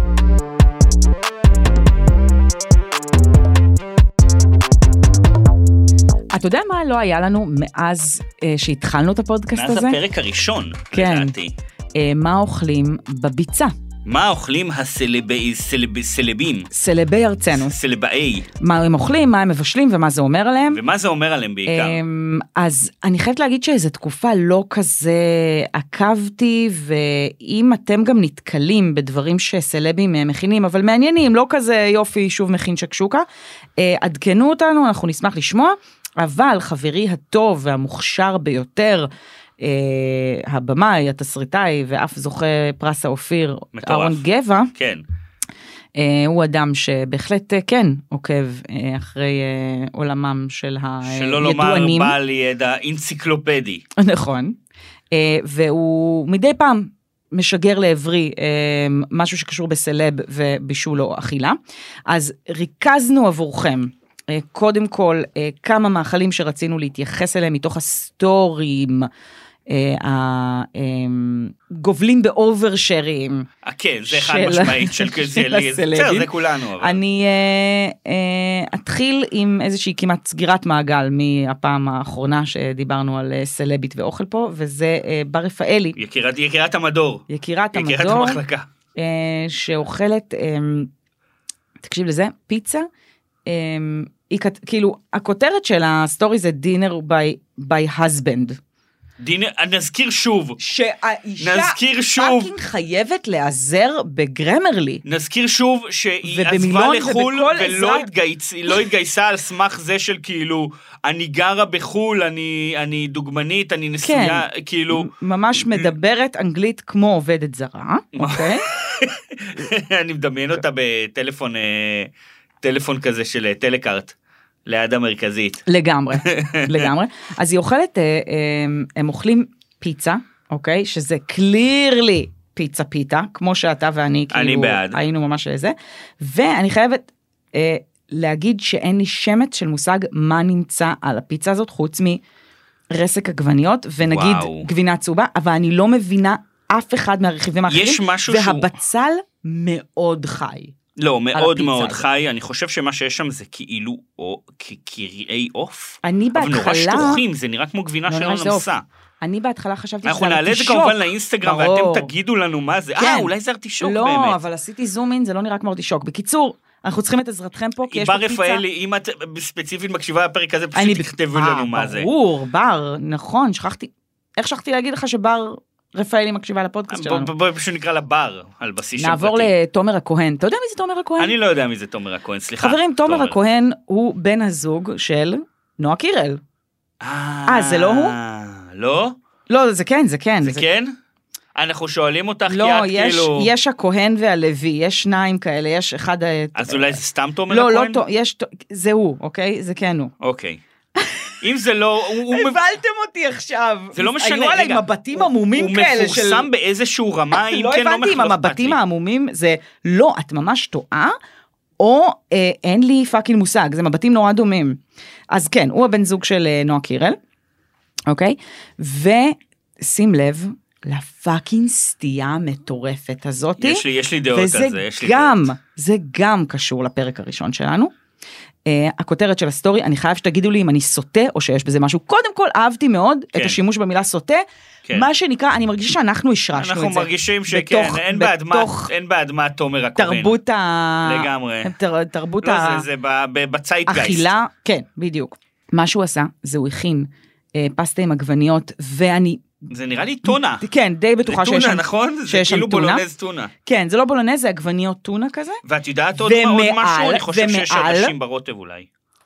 אתה יודע מה לא היה לנו מאז שהתחלנו את הפודקאסט הזה? מאז הפרק הראשון, לדעתי. מה אוכלים בביצה? מה אוכלים הסלבים? סלבי ארצנו. סלבאי. מה הם אוכלים, מה הם מבשלים ומה זה אומר עליהם. ומה זה אומר עליהם בעיקר? אז אני חייבת להגיד שאיזו תקופה לא כזה עקבתי, ואם אתם גם נתקלים בדברים שסלבים מכינים, אבל מעניינים, לא כזה יופי שוב מכין שקשוקה, עדכנו אותנו, אנחנו נשמח לשמוע, אבל חברי הטוב והמוכשר ביותר, הבמאי, התסריטאי, ואף זוכה פרס האופיר, אהרון גבע, כן. הוא אדם שבהחלט כן עוקב אחרי עולמם של הידוענים. שלא לומר בעל ידע אנציקלופדי. נכון. והוא מדי פעם משגר לעברי משהו שקשור בסלב ובישול או אכילה. אז ריכזנו עבורכם, קודם כל, כמה מאכלים שרצינו להתייחס אליהם מתוך הסטורים, הגובלים באוברשרים. כן, זה חד משמעית של הסלבים. זה כולנו. אני אתחיל עם איזושהי כמעט סגירת מעגל מהפעם האחרונה שדיברנו על סלבית ואוכל פה, וזה בר רפאלי. יקירת המדור. יקירת יקירת המחלקה. שאוכלת, תקשיב לזה, פיצה, כאילו, הכותרת של הסטורי זה dinner by husband. נזכיר שוב. שהאישה פאקינג חייבת להיעזר בגרמרלי. נזכיר שוב שהיא עזבה לחול ולא התגייסה על סמך זה של כאילו, אני גרה בחול, אני דוגמנית, אני נשויה, כאילו. ממש מדברת אנגלית כמו עובדת זרה, אוקיי? אני מדמיין אותה בטלפון כזה של טלקארט. ליד המרכזית. לגמרי, לגמרי. אז היא אוכלת, הם אוכלים פיצה, אוקיי? שזה קלירלי פיצה פיתה, כמו שאתה ואני כאילו היינו ממש לזה. ואני חייבת להגיד שאין לי שמץ של מושג מה נמצא על הפיצה הזאת, חוץ מרסק עגבניות, ונגיד גבינה צהובה, אבל אני לא מבינה אף אחד מהרכיבים האחרים. יש משהו והבצל מאוד חי. לא, מאוד מאוד חי, אני חושב שמה שיש שם זה כאילו, או כקריאי אוף, אני בהתחלה, אבל נורא שטוחים, זה נראה כמו גבינה שלא נמסה. אני בהתחלה חשבתי שזה אנחנו נעלה את זה כמובן לאינסטגרם, ואתם תגידו לנו מה זה, אולי זה ארטישוק באמת. לא, אבל עשיתי זום אין, זה לא נראה כמו ארטישוק. בקיצור, אנחנו צריכים את עזרתכם פה, כי יש פה פיצה. בר רפאלי, אם את ספציפית מקשיבה לפרק הזה, פשוט תכתבו לנו מה זה. ברור, בר, נכון, איך שכחתי להגיד לך שבר רפאלי מקשיבה לפודקאסט שלנו. בואי פשוט נקרא לה בר, על בסיס של נעבור לתומר הכהן. אתה יודע מי זה תומר הכהן? אני לא יודע מי זה תומר הכהן, סליחה. חברים, תומר הכהן הוא בן הזוג של נועה קירל. זה לא הוא? לא? לא, זה כן, זה כן. זה כן? אנחנו שואלים אותך כי לא, את כאילו... יש הכהן והלוי, יש שניים כאלה, יש אחד... אז אולי זה סתם תומר הכהן? לא, זה הוא, אוקיי? זה כן הוא. אוקיי. אם זה לא... הבלתם אותי עכשיו. זה לא משנה, היו עליי מבטים עמומים כאלה של... הוא מפורסם באיזשהו רמה, אם לא כן לא הבנתי אם המבטים העמומים זה לא, את ממש טועה, או אין לי פאקינג מושג, זה מבטים נורא דומים. אז כן, הוא הבן זוג של נועה קירל, אוקיי? ושים לב לפאקינג סטייה המטורפת הזאת. יש לי דעות על זה, זה גם קשור לפרק הראשון שלנו. הכותרת של הסטורי, אני חייב שתגידו לי אם אני סוטה, או שיש בזה משהו. קודם כל, אהבתי מאוד את השימוש במילה סוטה, מה שנקרא, אני מרגישה שאנחנו השרשנו את זה. אנחנו מרגישים שכן, אין בעדמה תומר הקורן. תרבות לגמרי. תרבות זה בצייטגייסט. אכילה, כן, בדיוק. מה שהוא עשה, זה הוא הכין פסטה עם עגבניות, ואני... זה נראה לי טונה. כן, די בטוחה שיש שם טונה, נכון? זה כאילו בולונז טונה. כן, זה לא בולונז, זה עגבניות טונה כזה. ואת יודעת עוד משהו? אני חושב שיש אנשים ברוטב אולי.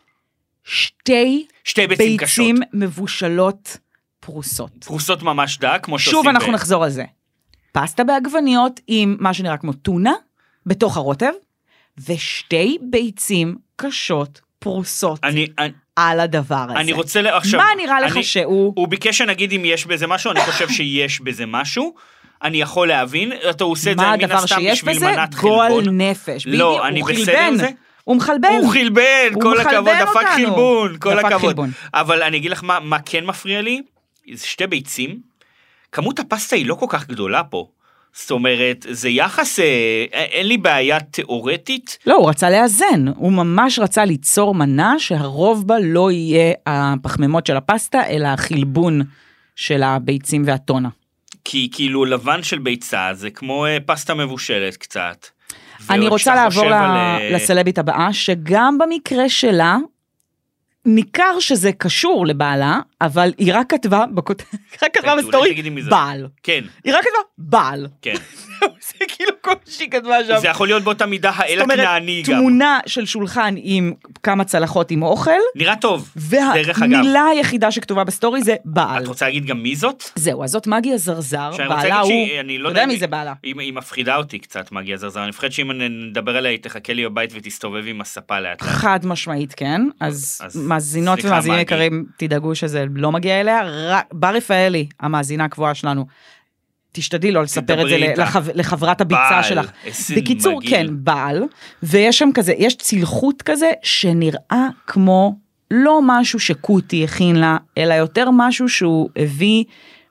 שתי ביצים קשות. ביצים מבושלות פרוסות. פרוסות ממש דק, כמו שעושים. שוב אנחנו נחזור על זה. פסטה בעגבניות עם מה שנראה כמו טונה, בתוך הרוטב, ושתי ביצים קשות פרוסות. על הדבר הזה. אני רוצה עכשיו... מה נראה לך שהוא... הוא ביקש שנגיד אם יש בזה משהו, אני חושב שיש בזה משהו, אני יכול להבין, אתה עושה את זה מן הסתם בשביל מנת חלבון. מה הדבר שיש בזה? גועל נפש. לא, אני בסדר עם זה. הוא מחלבן. הוא חלבן, כל הכבוד, דפק חלבון, כל דפק הכבוד. חלבון. אבל אני אגיד לך מה כן מפריע לי, זה שתי ביצים, כמות הפסטה היא לא כל כך גדולה פה. זאת אומרת, זה יחס, אין לי בעיה תיאורטית. לא, הוא רצה לאזן, הוא ממש רצה ליצור מנה שהרוב בה לא יהיה הפחמימות של הפסטה, אלא החלבון של הביצים והטונה. כי כאילו לבן של ביצה זה כמו פסטה מבושלת קצת. אני רוצה לעבור לסלבית הבאה, שגם במקרה שלה, ניכר שזה קשור לבעלה, אבל היא רק כתבה בסטורי, בעל. כן. היא רק כתבה, בעל. כן. זה כאילו כל שהיא כתבה שם. זה יכול להיות באותה מידה האל הכנעני גם. תמונה של שולחן עם כמה צלחות עם אוכל. נראה טוב, דרך אגב. והמילה היחידה שכתובה בסטורי זה בעל. את רוצה להגיד גם מי זאת? זהו, אז זאת מגי הזרזר, בעלה הוא, אתה יודע מי זה בעלה. היא מפחידה אותי קצת, מגי הזרזר, אני מפחד שאם נדבר עליה, היא תחכה לי בבית ותסתובב עם הספה לאט. חד משמעית, כן. אז מאזינות ומאזינים יקרים, תדאגו שזה לא מגיע אליה. בר רפאלי, המאזינה הקבועה שלנו, תשתדלי לא לספר את זה לחברת הביצה שלך. בקיצור, כן, בעל, ויש שם כזה, יש צלחות כזה, שנראה כמו לא משהו שקוטי הכין לה, אלא יותר משהו שהוא הביא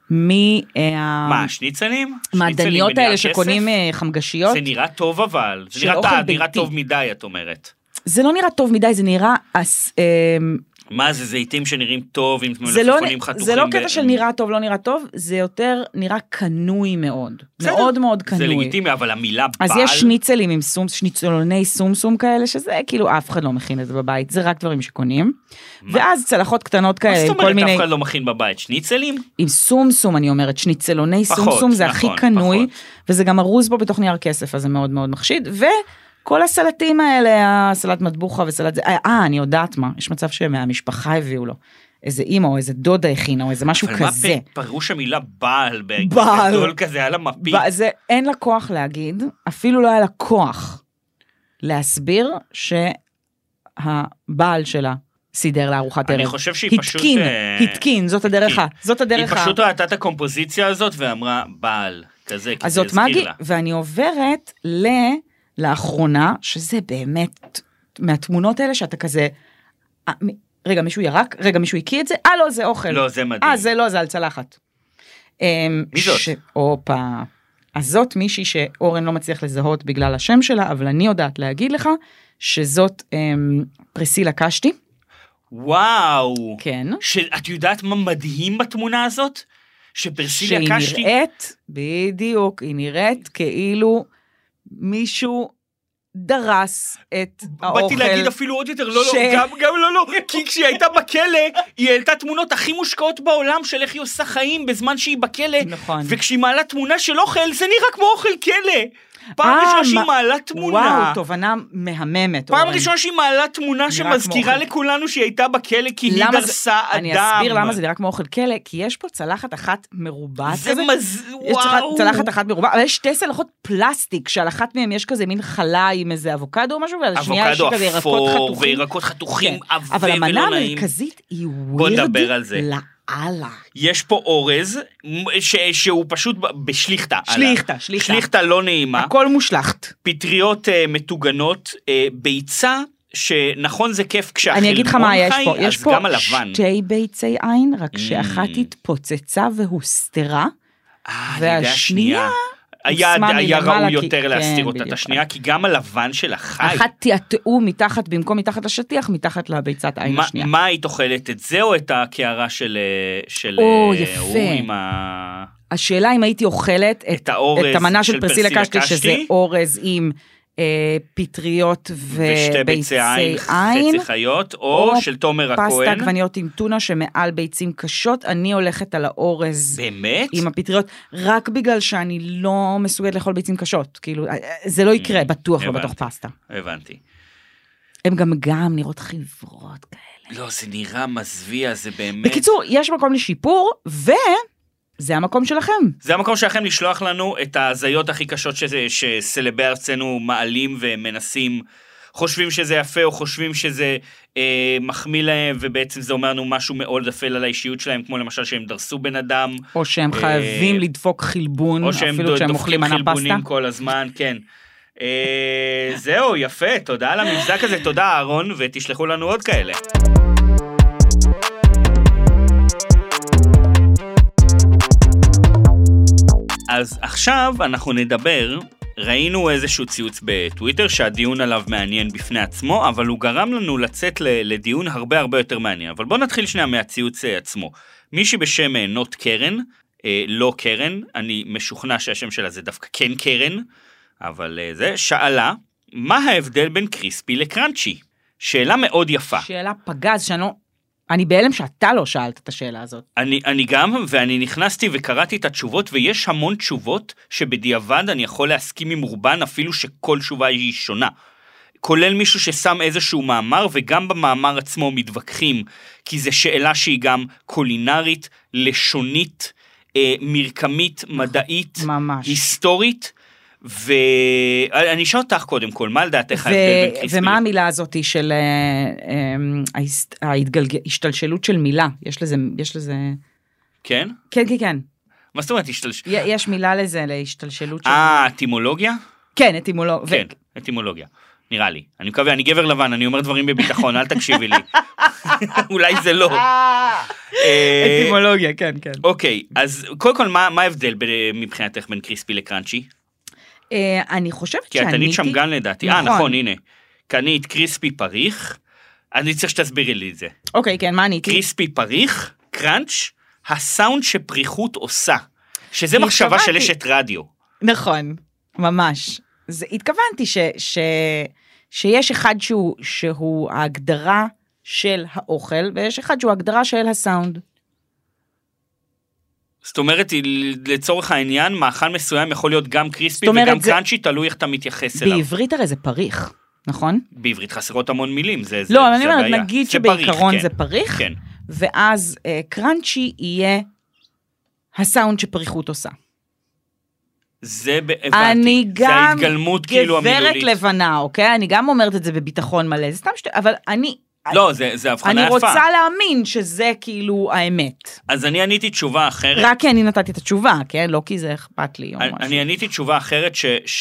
מה, שניצלים? מעדניות האלה שקונים חמגשיות. זה נראה טוב אבל, זה נראה טוב מדי, את אומרת. זה לא נראה טוב מדי, זה נראה... מה זה, זיתים שנראים טוב, עם מלפפונים חתוכים? זה לא קטע של נראה טוב, לא נראה טוב, זה יותר נראה קנוי מאוד. מאוד מאוד קנוי. זה לגיטימי, אבל המילה בעל... אז יש שניצלים עם שניצלוני סומסום כאלה, שזה כאילו אף אחד לא מכין את זה בבית, זה רק דברים שקונים. ואז צלחות קטנות כאלה, עם כל מיני... מה זאת אומרת אף אחד לא מכין בבית? שניצלים? עם סומסום, אני אומרת, שניצלוני סומסום זה הכי קנוי, וזה גם ארוז בו בתוך נייר כסף, אז זה מאוד מאוד מחשיד, כל הסלטים האלה, הסלט מטבוחה וסלט זה, אני יודעת מה, יש מצב שמהמשפחה הביאו לו, איזה אמא או איזה דודה הכינה או איזה משהו כזה. אבל מה פירוש המילה בעל, בגדול כזה, על המפית? זה אין לה כוח להגיד, אפילו לא היה לה כוח להסביר שהבעל שלה סידר לארוחת ערב. אני חושב שהיא פשוט... התקין, זאת הדרך. היא פשוט ראתה את הקומפוזיציה הזאת ואמרה בעל, כזה, אז זאת מגי, ואני עוברת לאחרונה, שזה באמת, מהתמונות האלה שאתה כזה, רגע, מישהו ירק? רגע, מישהו הקיא את זה? לא, זה אוכל. לא, זה מדהים. זה לא, זה על צלחת. מי זאת? אופה. אז זאת מישהי שאורן לא מצליח לזהות בגלל השם שלה, אבל אני יודעת להגיד לך, שזאת פרסילה קשתי. וואו. כן. שאת יודעת מה מדהים בתמונה הזאת? שפרסילה קשתי... שהיא נראית, בדיוק, היא נראית כאילו... מישהו דרס את האוכל. באתי להגיד אפילו עוד יותר, לא, גם לא, כי כשהיא הייתה בכלא, היא העלתה תמונות הכי מושקעות בעולם של איך היא עושה חיים בזמן שהיא בכלא, וכשהיא מעלה תמונה של אוכל, זה נראה כמו אוכל כלא. פעם ראשונה שהיא מעלה תמונה. וואו, תובנה מהממת. פעם ראשונה שהיא מעלה תמונה שמזכירה לכולנו שהיא הייתה בכלא, כי היא דרסה אדם. אני אסביר למה זה נראה כמו אוכל כלא, כי יש פה צלחת אחת מרובעת. זה וואו. יש צלחת אחת מרובעת, אבל יש שתי צלחות פלסטיק, שעל אחת מהם יש כזה מין חלה עם איזה אבוקדו או משהו, ועל השנייה יש כזה ירקות חתוכים. וירקות חתוכים, אבל המנה המרכזית היא ווירד לאללה. יש פה אורז, שהוא פשוט בשליחתה. שליחתה לא נעימה. הכל מושלחת. פטריות מטוגנות, ביצה, שנכון זה כיף כשהחלבון חי, אז גם הלבן. יש פה שתי ביצי עין, רק שאחת התפוצצה והוסתרה, והשנייה היה ראוי יותר להסתיר אותה את השנייה, כי גם הלבן שלה חי. אחת תיאטאו מתחת, במקום מתחת לשטיח, מתחת לביצת עין השנייה. מה היית אוכלת? את זה או את הקערה של יפה. השאלה אם הייתי אוכלת את המנה של פרסילה קשתי, שזה אורז עם פטריות וביצי עין, חצי חיות, או של תומר הכהן. פסטה עגבניות עם טונה שמעל ביצים קשות, אני הולכת על האורז. באמת? עם הפטריות, רק בגלל שאני לא מסוגלת לאכול ביצים קשות. כאילו, זה לא יקרה, בטוח לא בתוך פסטה. הבנתי. הם גם נראות חברות כאלה. לא, זה נראה מזוויע, זה באמת... בקיצור, יש מקום לשיפור, זה המקום שלכם. זה המקום שלכם לשלוח לנו את ההזיות הכי קשות שסלבי ארצנו מעלים ומנסים, חושבים שזה יפה או חושבים שזה מחמיא להם, ובעצם זה אומר לנו משהו מאוד אפל על האישיות שלהם, כמו למשל שהם דרסו בן אדם. או שהם חייבים לדפוק חילבון, אפילו שהם אוכלים מנה פסטה. חילבונים כל הזמן, כן. זהו, יפה, תודה על המבזק הזה, תודה אהרון, ותשלחו לנו עוד כאלה. אז עכשיו אנחנו נדבר, ראינו איזשהו ציוץ בטוויטר שהדיון עליו מעניין בפני עצמו, אבל הוא גרם לנו לצאת לדיון הרבה הרבה יותר מעניין. אבל בואו נתחיל שנייה מהציוץ עצמו. מישהי בשם נוט קרן, לא קרן, אני משוכנע שהשם שלה זה דווקא כן קרן, אבל זה שאלה, מה ההבדל בין קריספי לקרנצ'י? שאלה מאוד יפה. שאלה פגז, אני בהלם שאתה לא שאלת את השאלה הזאת. אני גם, ואני נכנסתי וקראתי את התשובות, ויש המון תשובות שבדיעבד אני יכול להסכים עם רובן, אפילו שכל תשובה היא שונה. כולל מישהו ששם איזשהו מאמר, וגם במאמר עצמו מתווכחים, כי זו שאלה שהיא גם קולינרית, לשונית, מרקמית, מדעית, ממש. היסטורית, ואני אשאל אותך קודם כל, מה לדעתך ההבדל בין קריספי? ומה המילה הזאת של ההשתלשלות של מילה? יש לזה... כן? כן, כן, כן. מה זאת אומרת השתלשלות? יש מילה לזה, להשתלשלות של... אטימולוגיה? כן, אטימולוגיה. כן, אטימולוגיה. נראה לי. אני מקווה, אני גבר לבן, אני אומר דברים בביטחון, אל תקשיבי לי. אולי זה לא. אטימולוגיה, כן, כן. אוקיי, אז קודם כל, מה ההבדל מבחינתך בין קריספי לקרנצ'י? אני חושבת כי את ענית שם גם לדעתי. נכון, הנה. קנית קריספי פריך, אני צריך שתסבירי לי את זה. אוקיי, כן, מה עניתי? קריספי פריך, קראנץ', הסאונד שפריחות עושה, שזה מחשבה של אשת רדיו. נכון, ממש. התכוונתי שיש אחד שהוא ההגדרה של האוכל, ויש אחד שהוא ההגדרה של הסאונד. זאת אומרת, לצורך העניין, מאכל מסוים יכול להיות גם קריספי וגם קראנצ'י, תלוי איך אתה מתייחס אליו. בעברית הרי זה פריך, נכון? בעברית חסרות המון מילים, זה לא, אבל אני אומרת, נגיד שבעיקרון זה פריך, כן. ואז קראנצ'י יהיה הסאונד שפריחות עושה. זה הבנתי, זה ההתגלמות כאילו המילולית. גברת לבנה, אוקיי? אני גם אומרת את זה בביטחון מלא, זה סתם אבל אני... לא, זה הבחנה יפה. אני רוצה להאמין שזה כאילו האמת. אז אני עניתי תשובה אחרת. רק כי אני נתתי את התשובה, כן? לא כי זה אכפת לי או משהו. אני עניתי תשובה אחרת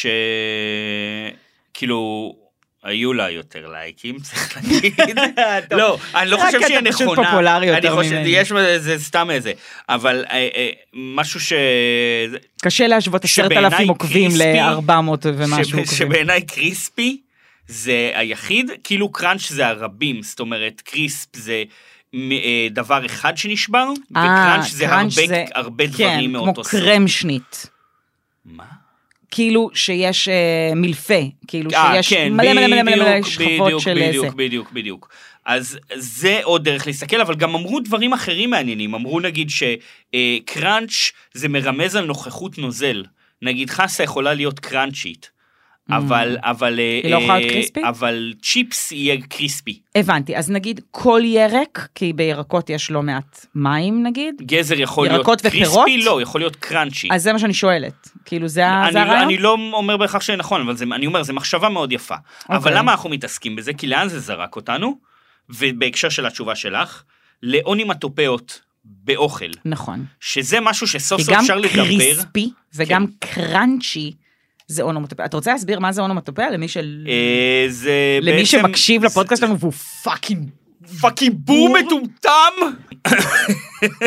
כאילו, היו לה יותר לייקים, צריך להגיד. לא, אני לא חושב שהיא נכונה. רק אתה פשוט פופולרי יותר ממני. יש זה סתם איזה. אבל משהו קשה להשוות 10,000 עוקבים ל-400 ומשהו עוקבים. שבעיניי קריספי, זה היחיד, כאילו קראנץ' זה הרבים, זאת אומרת, קריספ זה דבר אחד שנשבר, וקראנץ' זה הרבה דברים מאותו סוג. כמו קרם שנית. מה? כאילו שיש מלפה, כאילו שיש מלא שכבות של איזה. בדיוק. אז זה עוד דרך להסתכל, אבל גם אמרו דברים אחרים מעניינים, אמרו נגיד שקראנץ' זה מרמז על נוכחות נוזל, נגיד חסה יכולה להיות קראנצ'ית, אבל היא לא יכולה להיות קריספי? אבל צ'יפס יהיה קריספי. הבנתי, אז נגיד כל ירק, כי בירקות יש לא מעט מים נגיד. גזר יכול להיות קריספי, לא, יכול להיות קראנצ'י. אז זה מה שאני שואלת, כאילו זה הרעיון? אני לא אומר בהכרח שנכון, אבל אני אומר, זה מחשבה מאוד יפה. אבל למה אנחנו מתעסקים בזה? כי לאן זה זרק אותנו? ובהקשר של התשובה שלך, לאונימטופיות באוכל. נכון. שזה משהו שסוף סוף אפשר לדבר. גם קריספי וגם קראנצ'י, זה אונומטופיה. אתה רוצה להסביר מה זה אונומטופיה? למי שמקשיב לפודקאסט שלנו והוא פאקינג בור מטומטם.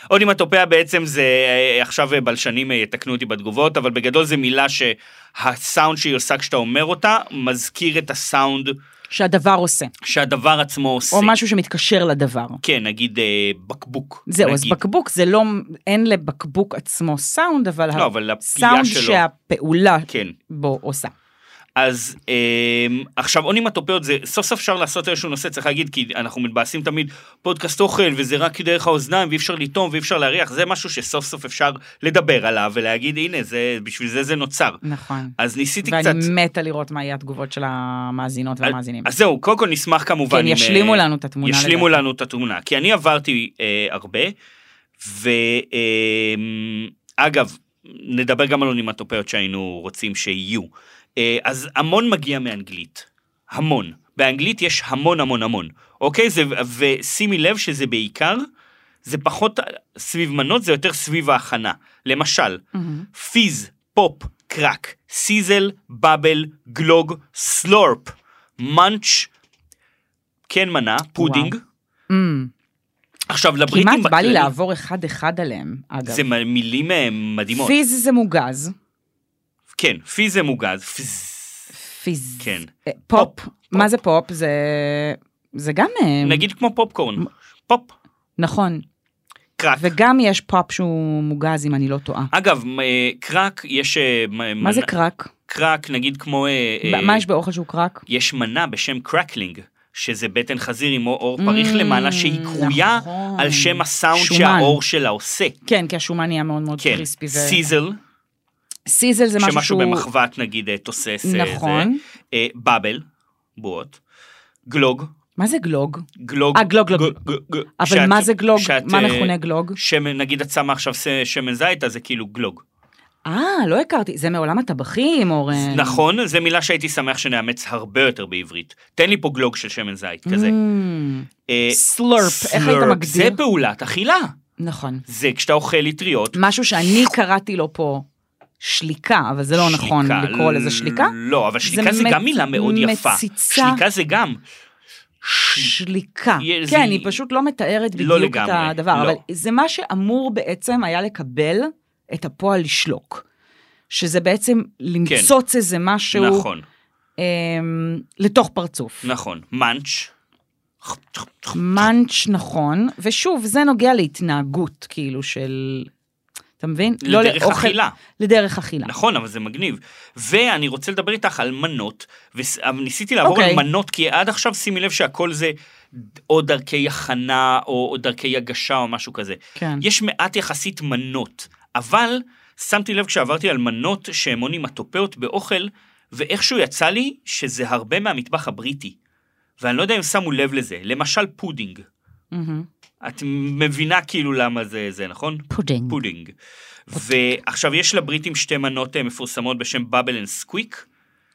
אונימטופיה בעצם זה, עכשיו בלשנים יתקנו אותי בתגובות, אבל בגדול זה מילה שהסאונד שהיא עושה כשאתה אומר אותה, מזכיר את הסאונד שהדבר עושה. שהדבר עצמו עושה. או משהו שמתקשר לדבר. כן, נגיד בקבוק. זהו, אז בקבוק זה לא, אין לבקבוק עצמו סאונד, אבל לא, אבל הסאונד שהפעולה כן. בו עושה. אז עכשיו אונימטופיות זה סוף סוף אפשר לעשות איזשהו נושא, צריך להגיד, כי אנחנו מתבאסים תמיד פודקאסט אוכל, וזה רק דרך האוזניים, ואי אפשר לטעום, ואי אפשר להריח, זה משהו שסוף סוף אפשר לדבר עליו, ולהגיד, הנה, בשביל זה נוצר. נכון. אז ניסיתי ואני קצת... ואני מתה לראות מה יהיה התגובות של המאזינות והמאזינים. אז זהו, קודם כל נשמח כמובן... כן, ישלימו לנו את התמונה. ישלימו לנו את התמונה, כי אני עברתי הרבה, ואגב, נדבר גם על אונימטופיות שהיינו רוצים שיהיו. אז המון מגיע מאנגלית, המון. באנגלית יש המון המון המון, אוקיי? ושימי לב שזה בעיקר, זה פחות סביב מנות, זה יותר סביב ההכנה. למשל, פיז, פופ, קרק, סיזל, בבל, גלוג, סלורפ, מנץ', כן מנה, פודינג. עכשיו, לבריטים... כמעט בא לי לעבור אחד עליהם, אגב. זה מילים מדהימות. פיז זה מוגז. כן, פיז זה מוגז. פיז. כן. פופ. מה זה פופ? זה גם... נגיד כמו פופקורן. פופ. נכון. קרק. וגם יש פופ שהוא מוגז, אם אני לא טועה. אגב, קרק, יש... מה זה קרק? קרק, נגיד כמו... מה יש באוכל שהוא קרק? יש מנה בשם קרקלינג, שזה בטן חזיר עם אור פריך למעלה, שהיא קרויה על שם הסאונד שהאור שלה עושה. כן, כי השומן נהיה מאוד מאוד קריספי. סיזל. סיזל זה משהו שהוא... שמשהו במחבת, נגיד, תוסס. נכון. בבל, בועות. גלוג. מה זה גלוג? גלוג. גלוג. אבל מה זה גלוג? מה מכונה גלוג? נגיד את שמה עכשיו שמן זית, אז זה כאילו גלוג. לא הכרתי, זה מעולם הטבחים, אורן. נכון, זה מילה שהייתי שמח שנאמץ הרבה יותר בעברית. תן לי פה גלוג של שמן זית, כזה. סלורפ, איך היית מגדיר? זה פעולת אכילה. נכון. זה כשאתה אוכל אטריות. משהו שאני קראתי לו פה שליקה, אבל זה לא נכון לקרוא לזה שליקה. לא, אבל שליקה זה גם מילה מאוד יפה. שליקה זה גם... שליקה. כן, היא פשוט לא מתארת בדיוק את הדבר, אבל זה מה שאמור בעצם היה לקבל את הפועל לשלוק. שזה בעצם למצוץ איזה משהו... נכון. לתוך פרצוף. נכון. מנץ'. מנץ', נכון. ושוב, זה נוגע להתנהגות, כאילו, של... אתה מבין? לדרך אכילה. לדרך אכילה. נכון, אבל זה מגניב. ואני רוצה לדבר איתך על מנות, וניסיתי לעבור על מנות, כי עד עכשיו שימי לב שהכל זה או דרכי הכנה, או דרכי הגשה, או משהו כזה. כן. יש מעט יחסית מנות, אבל שמתי לב כשעברתי על מנות שהן אונימטופיות באוכל, ואיכשהו יצא לי שזה הרבה מהמטבח הבריטי. ואני לא יודע אם שמו לב לזה. למשל פודינג. את מבינה כאילו למה זה, נכון? פודינג. פודינג. ועכשיו יש לבריטים שתי מנות מפורסמות בשם בבל אנד סקוויק.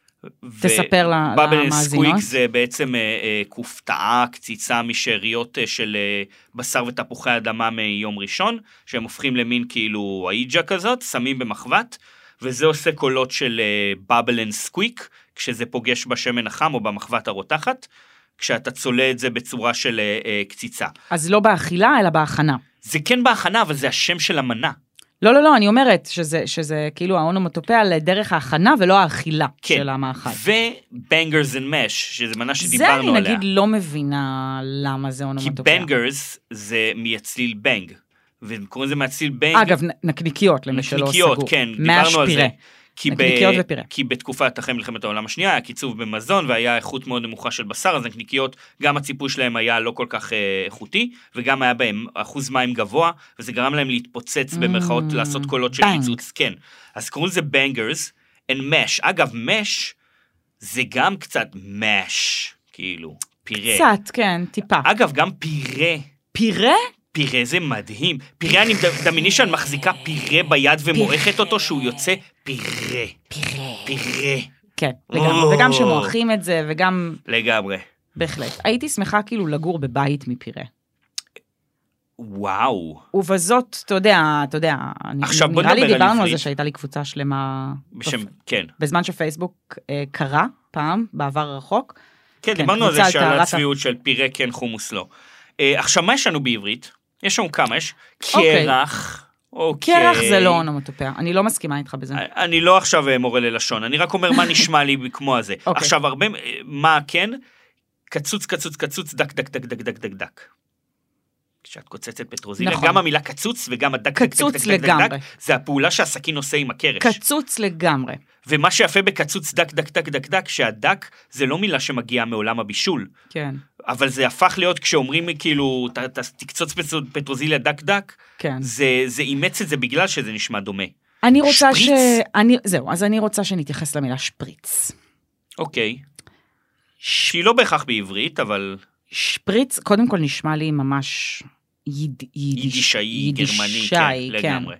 תספר למאזינות. בבל אנד סקוויק זה בעצם כופתאה, קציצה משאריות של בשר ותפוחי אדמה מיום ראשון, שהם הופכים למין כאילו האיג'ה כזאת, שמים במחבת, וזה עושה קולות של בבל אנד סקוויק, כשזה פוגש בשמן החם או במחבת הרותחת, כשאתה צולה את זה בצורה של קציצה. אז לא באכילה, אלא בהכנה. זה כן בהכנה, אבל זה השם של המנה. לא, אני אומרת שזה כאילו האונומטופיה לדרך ההכנה, ולא האכילה של המאכל. ובנגרס אנד מש, שזה מנה שדיברנו עליה. זה אני נגיד לא מבינה למה זה אונומטופיה. כי בנגרס זה מהצליל בנג, וקוראים לזה מהצליל בנג. אגב, נקניקיות, למי שלא סגור. נקניקיות, כן, דיברנו על זה. נקניקיות ופירה. כי בתקופת אחרי מלחמת העולם השנייה היה קיצוב במזון, והיה איכות מאוד נמוכה של בשר, אז נקניקיות, גם הציפוי שלהם היה לא כל כך איכותי, וגם היה בהם אחוז מים גבוה, וזה גרם להם להתפוצץ במרכאות, לעשות קולות של פיצוץ, כן. אז קוראים לזה בנגרס, and mesh. אגב, mesh זה גם קצת mesh, כאילו, פירה. קצת, כן, טיפה. אגב, גם פירה. פירה? פירה זה מדהים. פירה, אני דמייני שאני מחזיקה פירה ביד ומועכת אותו, שהוא יוצא פירה. פירה. כן, לגמרי. וגם שמועכים את זה, וגם... לגמרי. בהחלט. הייתי שמחה כאילו לגור בבית מפירה. וואו. ובזאת, אתה יודע, נראה לי דיברנו על זה שהייתה לי קבוצה שלמה... כן. בזמן שפייסבוק קרה פעם, בעבר הרחוק. כן, דיברנו על זה שעל הצביעות של פירה כן חומוס לא. עכשיו, מה יש לנו בעברית? יש לנו כמה, יש אוקיי. קרח. קרח זה לא אונומטופיה, אני לא מסכימה איתך בזה. אני לא עכשיו מורה ללשון, אני רק אומר מה נשמע לי כמו הזה. עכשיו הרבה, מה כן? קצוץ, קצוץ, קצוץ, דק, דק, דק, דק, דק, דק, דק. כשאת קוצצת פטרוזיליה, גם המילה קצוץ וגם הדק, דק, דק, דק, דק, דק, זה הפעולה שהסכין עושה עם הקרש. קצוץ לגמרי. ומה שיפה בקצוץ דק, דק, דק, דק, דק, שהדק זה לא מילה שמגיעה מעולם הבישול. כן. אבל זה הפך להיות כשאומרים כאילו, תקצוץ פטרוזיליה דק, דק, זה אימץ את זה בגלל שזה נשמע דומה. אני רוצה זהו, אז אני רוצה שנתייחס למילה שפריץ. אוקיי. שהיא לא בהכרח בעברית, אבל... שפריץ, קודם כל נשמע לי ממש יידישאי, גרמני, כן, לגמרי.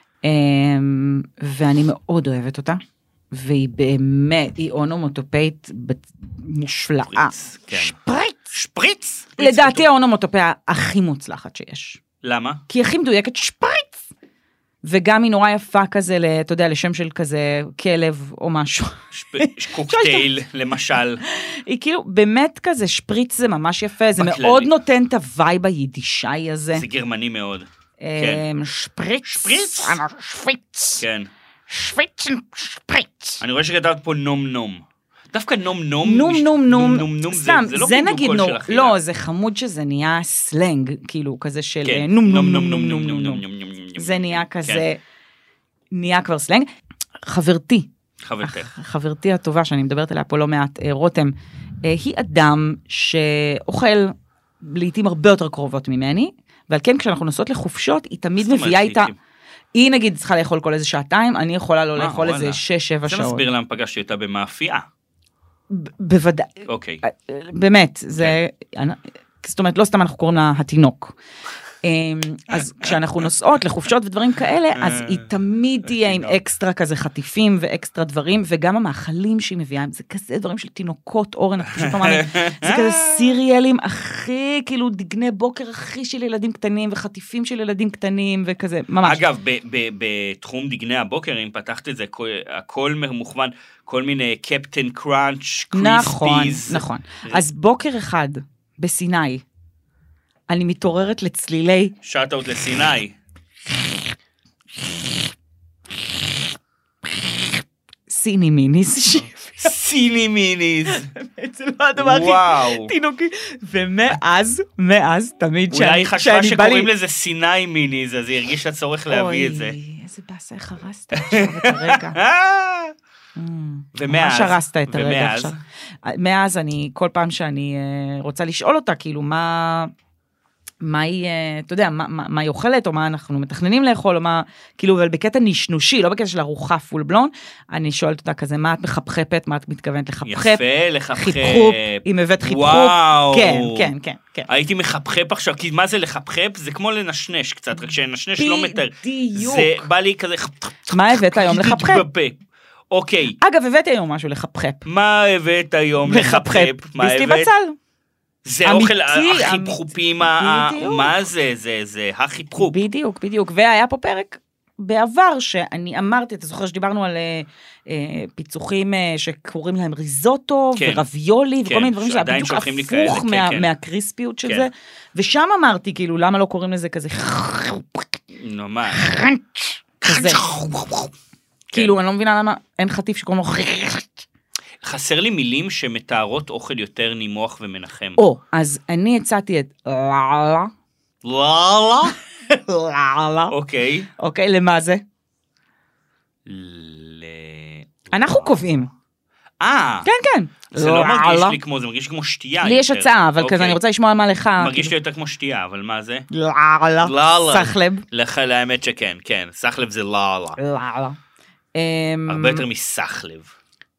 ואני מאוד אוהבת אותה, והיא באמת, היא אונומטופאית מופלאה. שפריץ? לדעתי האונומטופיה הכי מוצלחת שיש. למה? כי היא הכי מדויקת, שפריץ. וגם היא נורא יפה כזה, אתה יודע, לשם של כזה כלב או משהו. קוקטייל, למשל. היא כאילו, באמת כזה, שפריץ זה ממש יפה, זה מאוד נותן את הווייב היידישאי הזה. זה גרמני מאוד. שפריץ. שפריץ? שפריץ. כן. שפריץ, שפריץ. אני רואה שכתבת פה נום נום. דווקא נום נום. נום נום. סתם, זה לא בדיוק קול של אכילה. לא, זה חמוד שזה נהיה סלנג, כאילו, כזה של נום נום נום נום נום נום נום. זה נהיה כזה, נהיה כבר סלנג. חברתי הטובה, שאני מדברת עליה פה לא מעט, רותם, היא אדם שאוכל לעתים הרבה יותר קרובות ממני, ועל כן כשאנחנו נוסעות לחופשות, היא תמיד מביאה איתה, היא נגיד צריכה לאכול כל איזה שעתיים, אני יכולה לא לאכול איזה 6-7 שעות. זה מסביר למה פגשתי אותה במאפייה. בוודאי. אוקיי. באמת, זה, זאת אומרת, לא סתם אנחנו קוראים לה התינוק. אז כשאנחנו נוסעות לחופשות ודברים כאלה, אז היא תמיד תהיה עם אקסטרה כזה חטיפים ואקסטרה דברים, וגם המאכלים שהיא מביאה, זה כזה דברים של תינוקות, אורן, אתה פשוט לא מאמין, זה כזה סיריאלים הכי, כאילו דגני בוקר הכי של ילדים קטנים, וחטיפים של ילדים קטנים, וכזה, ממש. אגב, בתחום דגני הבוקר, אם פתחת את זה, הכל מוכוון, כל מיני קפטן קראנץ', קריספיז. נכון. אז בוקר אחד, בסיני, אני מתעוררת לצלילי... שאט-אוט לסיני. סיני מיניס. סיני מיניס. זה לא הדבר הכי תינוקי. ומאז, תמיד אולי היא חשבה שקוראים לזה סיני מיניס, אז היא הרגישה צורך להביא את זה. אוי, איזה באסה, איך הרסת עכשיו את הרגע. ומאז? ממש הרסת את הרגע עכשיו. מאז אני, כל פעם שאני רוצה לשאול אותה, כאילו, מה היא, אתה יודע, מה היא אוכלת, או מה אנחנו מתכננים לאכול, או מה, כאילו, אבל בקטע נשנושי, לא בקטע של ארוחה פול בלון, אני שואלת אותה כזה, מה את מחפחפת, מה את מתכוונת לחפחפ? יפה, לחפחפ. חיפחופ, אם הבאת חיפחופ. וואו. כן. הייתי מחפחפ עכשיו, כי מה זה לחפחפ? זה כמו לנשנש קצת, רק שנשנש לא מתאר. בדיוק. זה בא לי כזה... מה הבאת היום לחפחפ? אוקיי. אגב, הבאתי היום משהו לחפחפ. מה הבאת היום לחפחפ? ביסלי בצל. זה אוכל החיפחופים, מה זה? זה החיפחופ. בדיוק. והיה פה פרק בעבר שאני אמרתי, אתה זוכר שדיברנו על פיצוחים שקוראים להם ריזוטו ורביולי וכל מיני דברים שהיה בדיוק הפוך מהקריספיות של זה. ושם אמרתי, כאילו, למה לא קוראים לזה כזה? ממש. כזה. כאילו, אני לא מבינה למה אין חטיף שקוראים לו חסר לי מילים שמתארות אוכל יותר נימוח ומנחם. אז אני הצעתי את לאלה. לאלה. אוקיי. אוקיי, למה זה? אנחנו קובעים. כן. זה לא מרגיש לי כמו, זה מרגיש כמו שתייה. לי יש הצעה, אבל כזה אני רוצה לשמוע מה לך. מרגיש לי יותר כמו שתייה, אבל מה זה? לאלה. סחלב. לאמת שכן, כן. סחלב זה לאלה. לאלה. הרבה יותר מסחלב.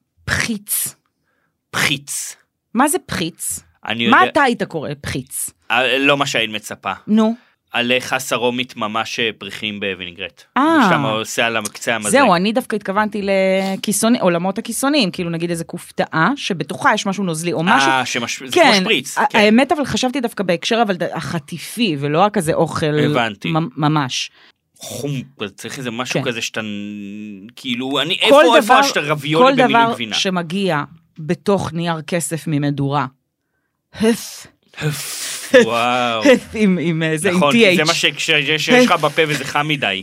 פחיץ. מה זה פחיץ? מה אתה היית קורא פחיץ? לא מה שהיית מצפה. נו. עליך שרומית ממש פריחים בווינגרט. שאתה עושה על הקצה המזלג. זהו, אני דווקא התכוונתי לעולמות הכיסונים, כאילו נגיד איזה כופתאה, שבתוכה יש משהו נוזלי או משהו. זה כמו שפריץ. האמת, אבל חשבתי דווקא בהקשר, אבל החטיפי, ולא כזה אוכל ממש. חום, צריך איזה משהו כזה שאתה, כאילו, איפה שאתה רביולי במילים גבינה? כל דבר שמגיע בתוך נייר כסף ממדורה. וואו. עם זה, עם נכון, TH. זה מה שיש לך בפה וזה חם מדי.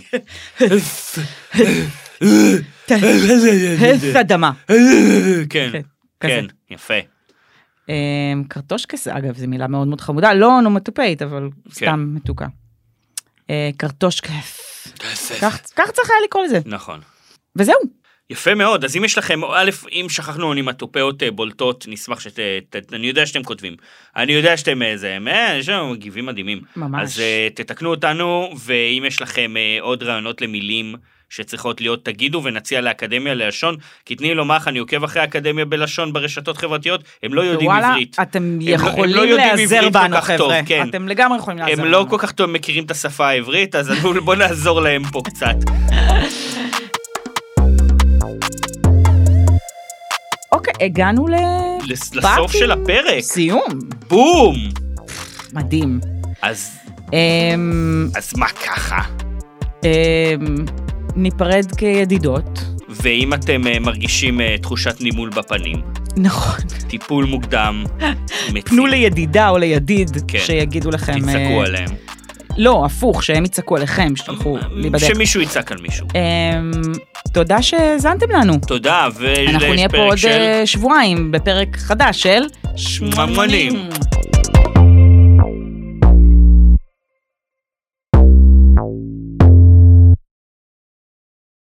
אדמה. כן, כן, יפה. קרטושקס, אגב, זו מילה מאוד מאוד חמודה, לא אונומטופאית, אבל סתם מתוקה. קרטושקס. כך צריך היה לקרוא לזה. נכון. וזהו. יפה מאוד, אז אם יש לכם, א', אם שכחנו אונימטופאיות בולטות, נשמח אני יודע שאתם כותבים. אני יודע שאתם יש לנו מגיבים מדהימים. ממש. אז תתקנו אותנו, ואם יש לכם עוד רעיונות למילים שצריכות להיות, תגידו ונציע לאקדמיה ללשון, כי תני לומר, אני עוקב אחרי האקדמיה בלשון ברשתות חברתיות, הם לא יודעים עברית. אתם יכולים להיעזר בנו, חבר'ה. אתם לגמרי יכולים להיעזר בנו. הם לא כל כך טוב מכירים את השפה העברית, אז בואו נעזור להם פה קצת. אוקיי, הגענו לסוף של הפרק. סיום. בום. מדהים. אז מה ככה? ניפרד כידידות. ואם אתם מרגישים תחושת נימול בפנים. נכון. טיפול מוקדם. פנו לידידה או לידיד שיגידו לכם. תצעקו עליהם. לא, הפוך, שהם יצעקו עליכם, שתלכו להיבדק. שמישהו יצעק על מישהו. תודה שהזנתם לנו. תודה, אנחנו נהיה פה עוד שבועיים בפרק חדש של שממנים.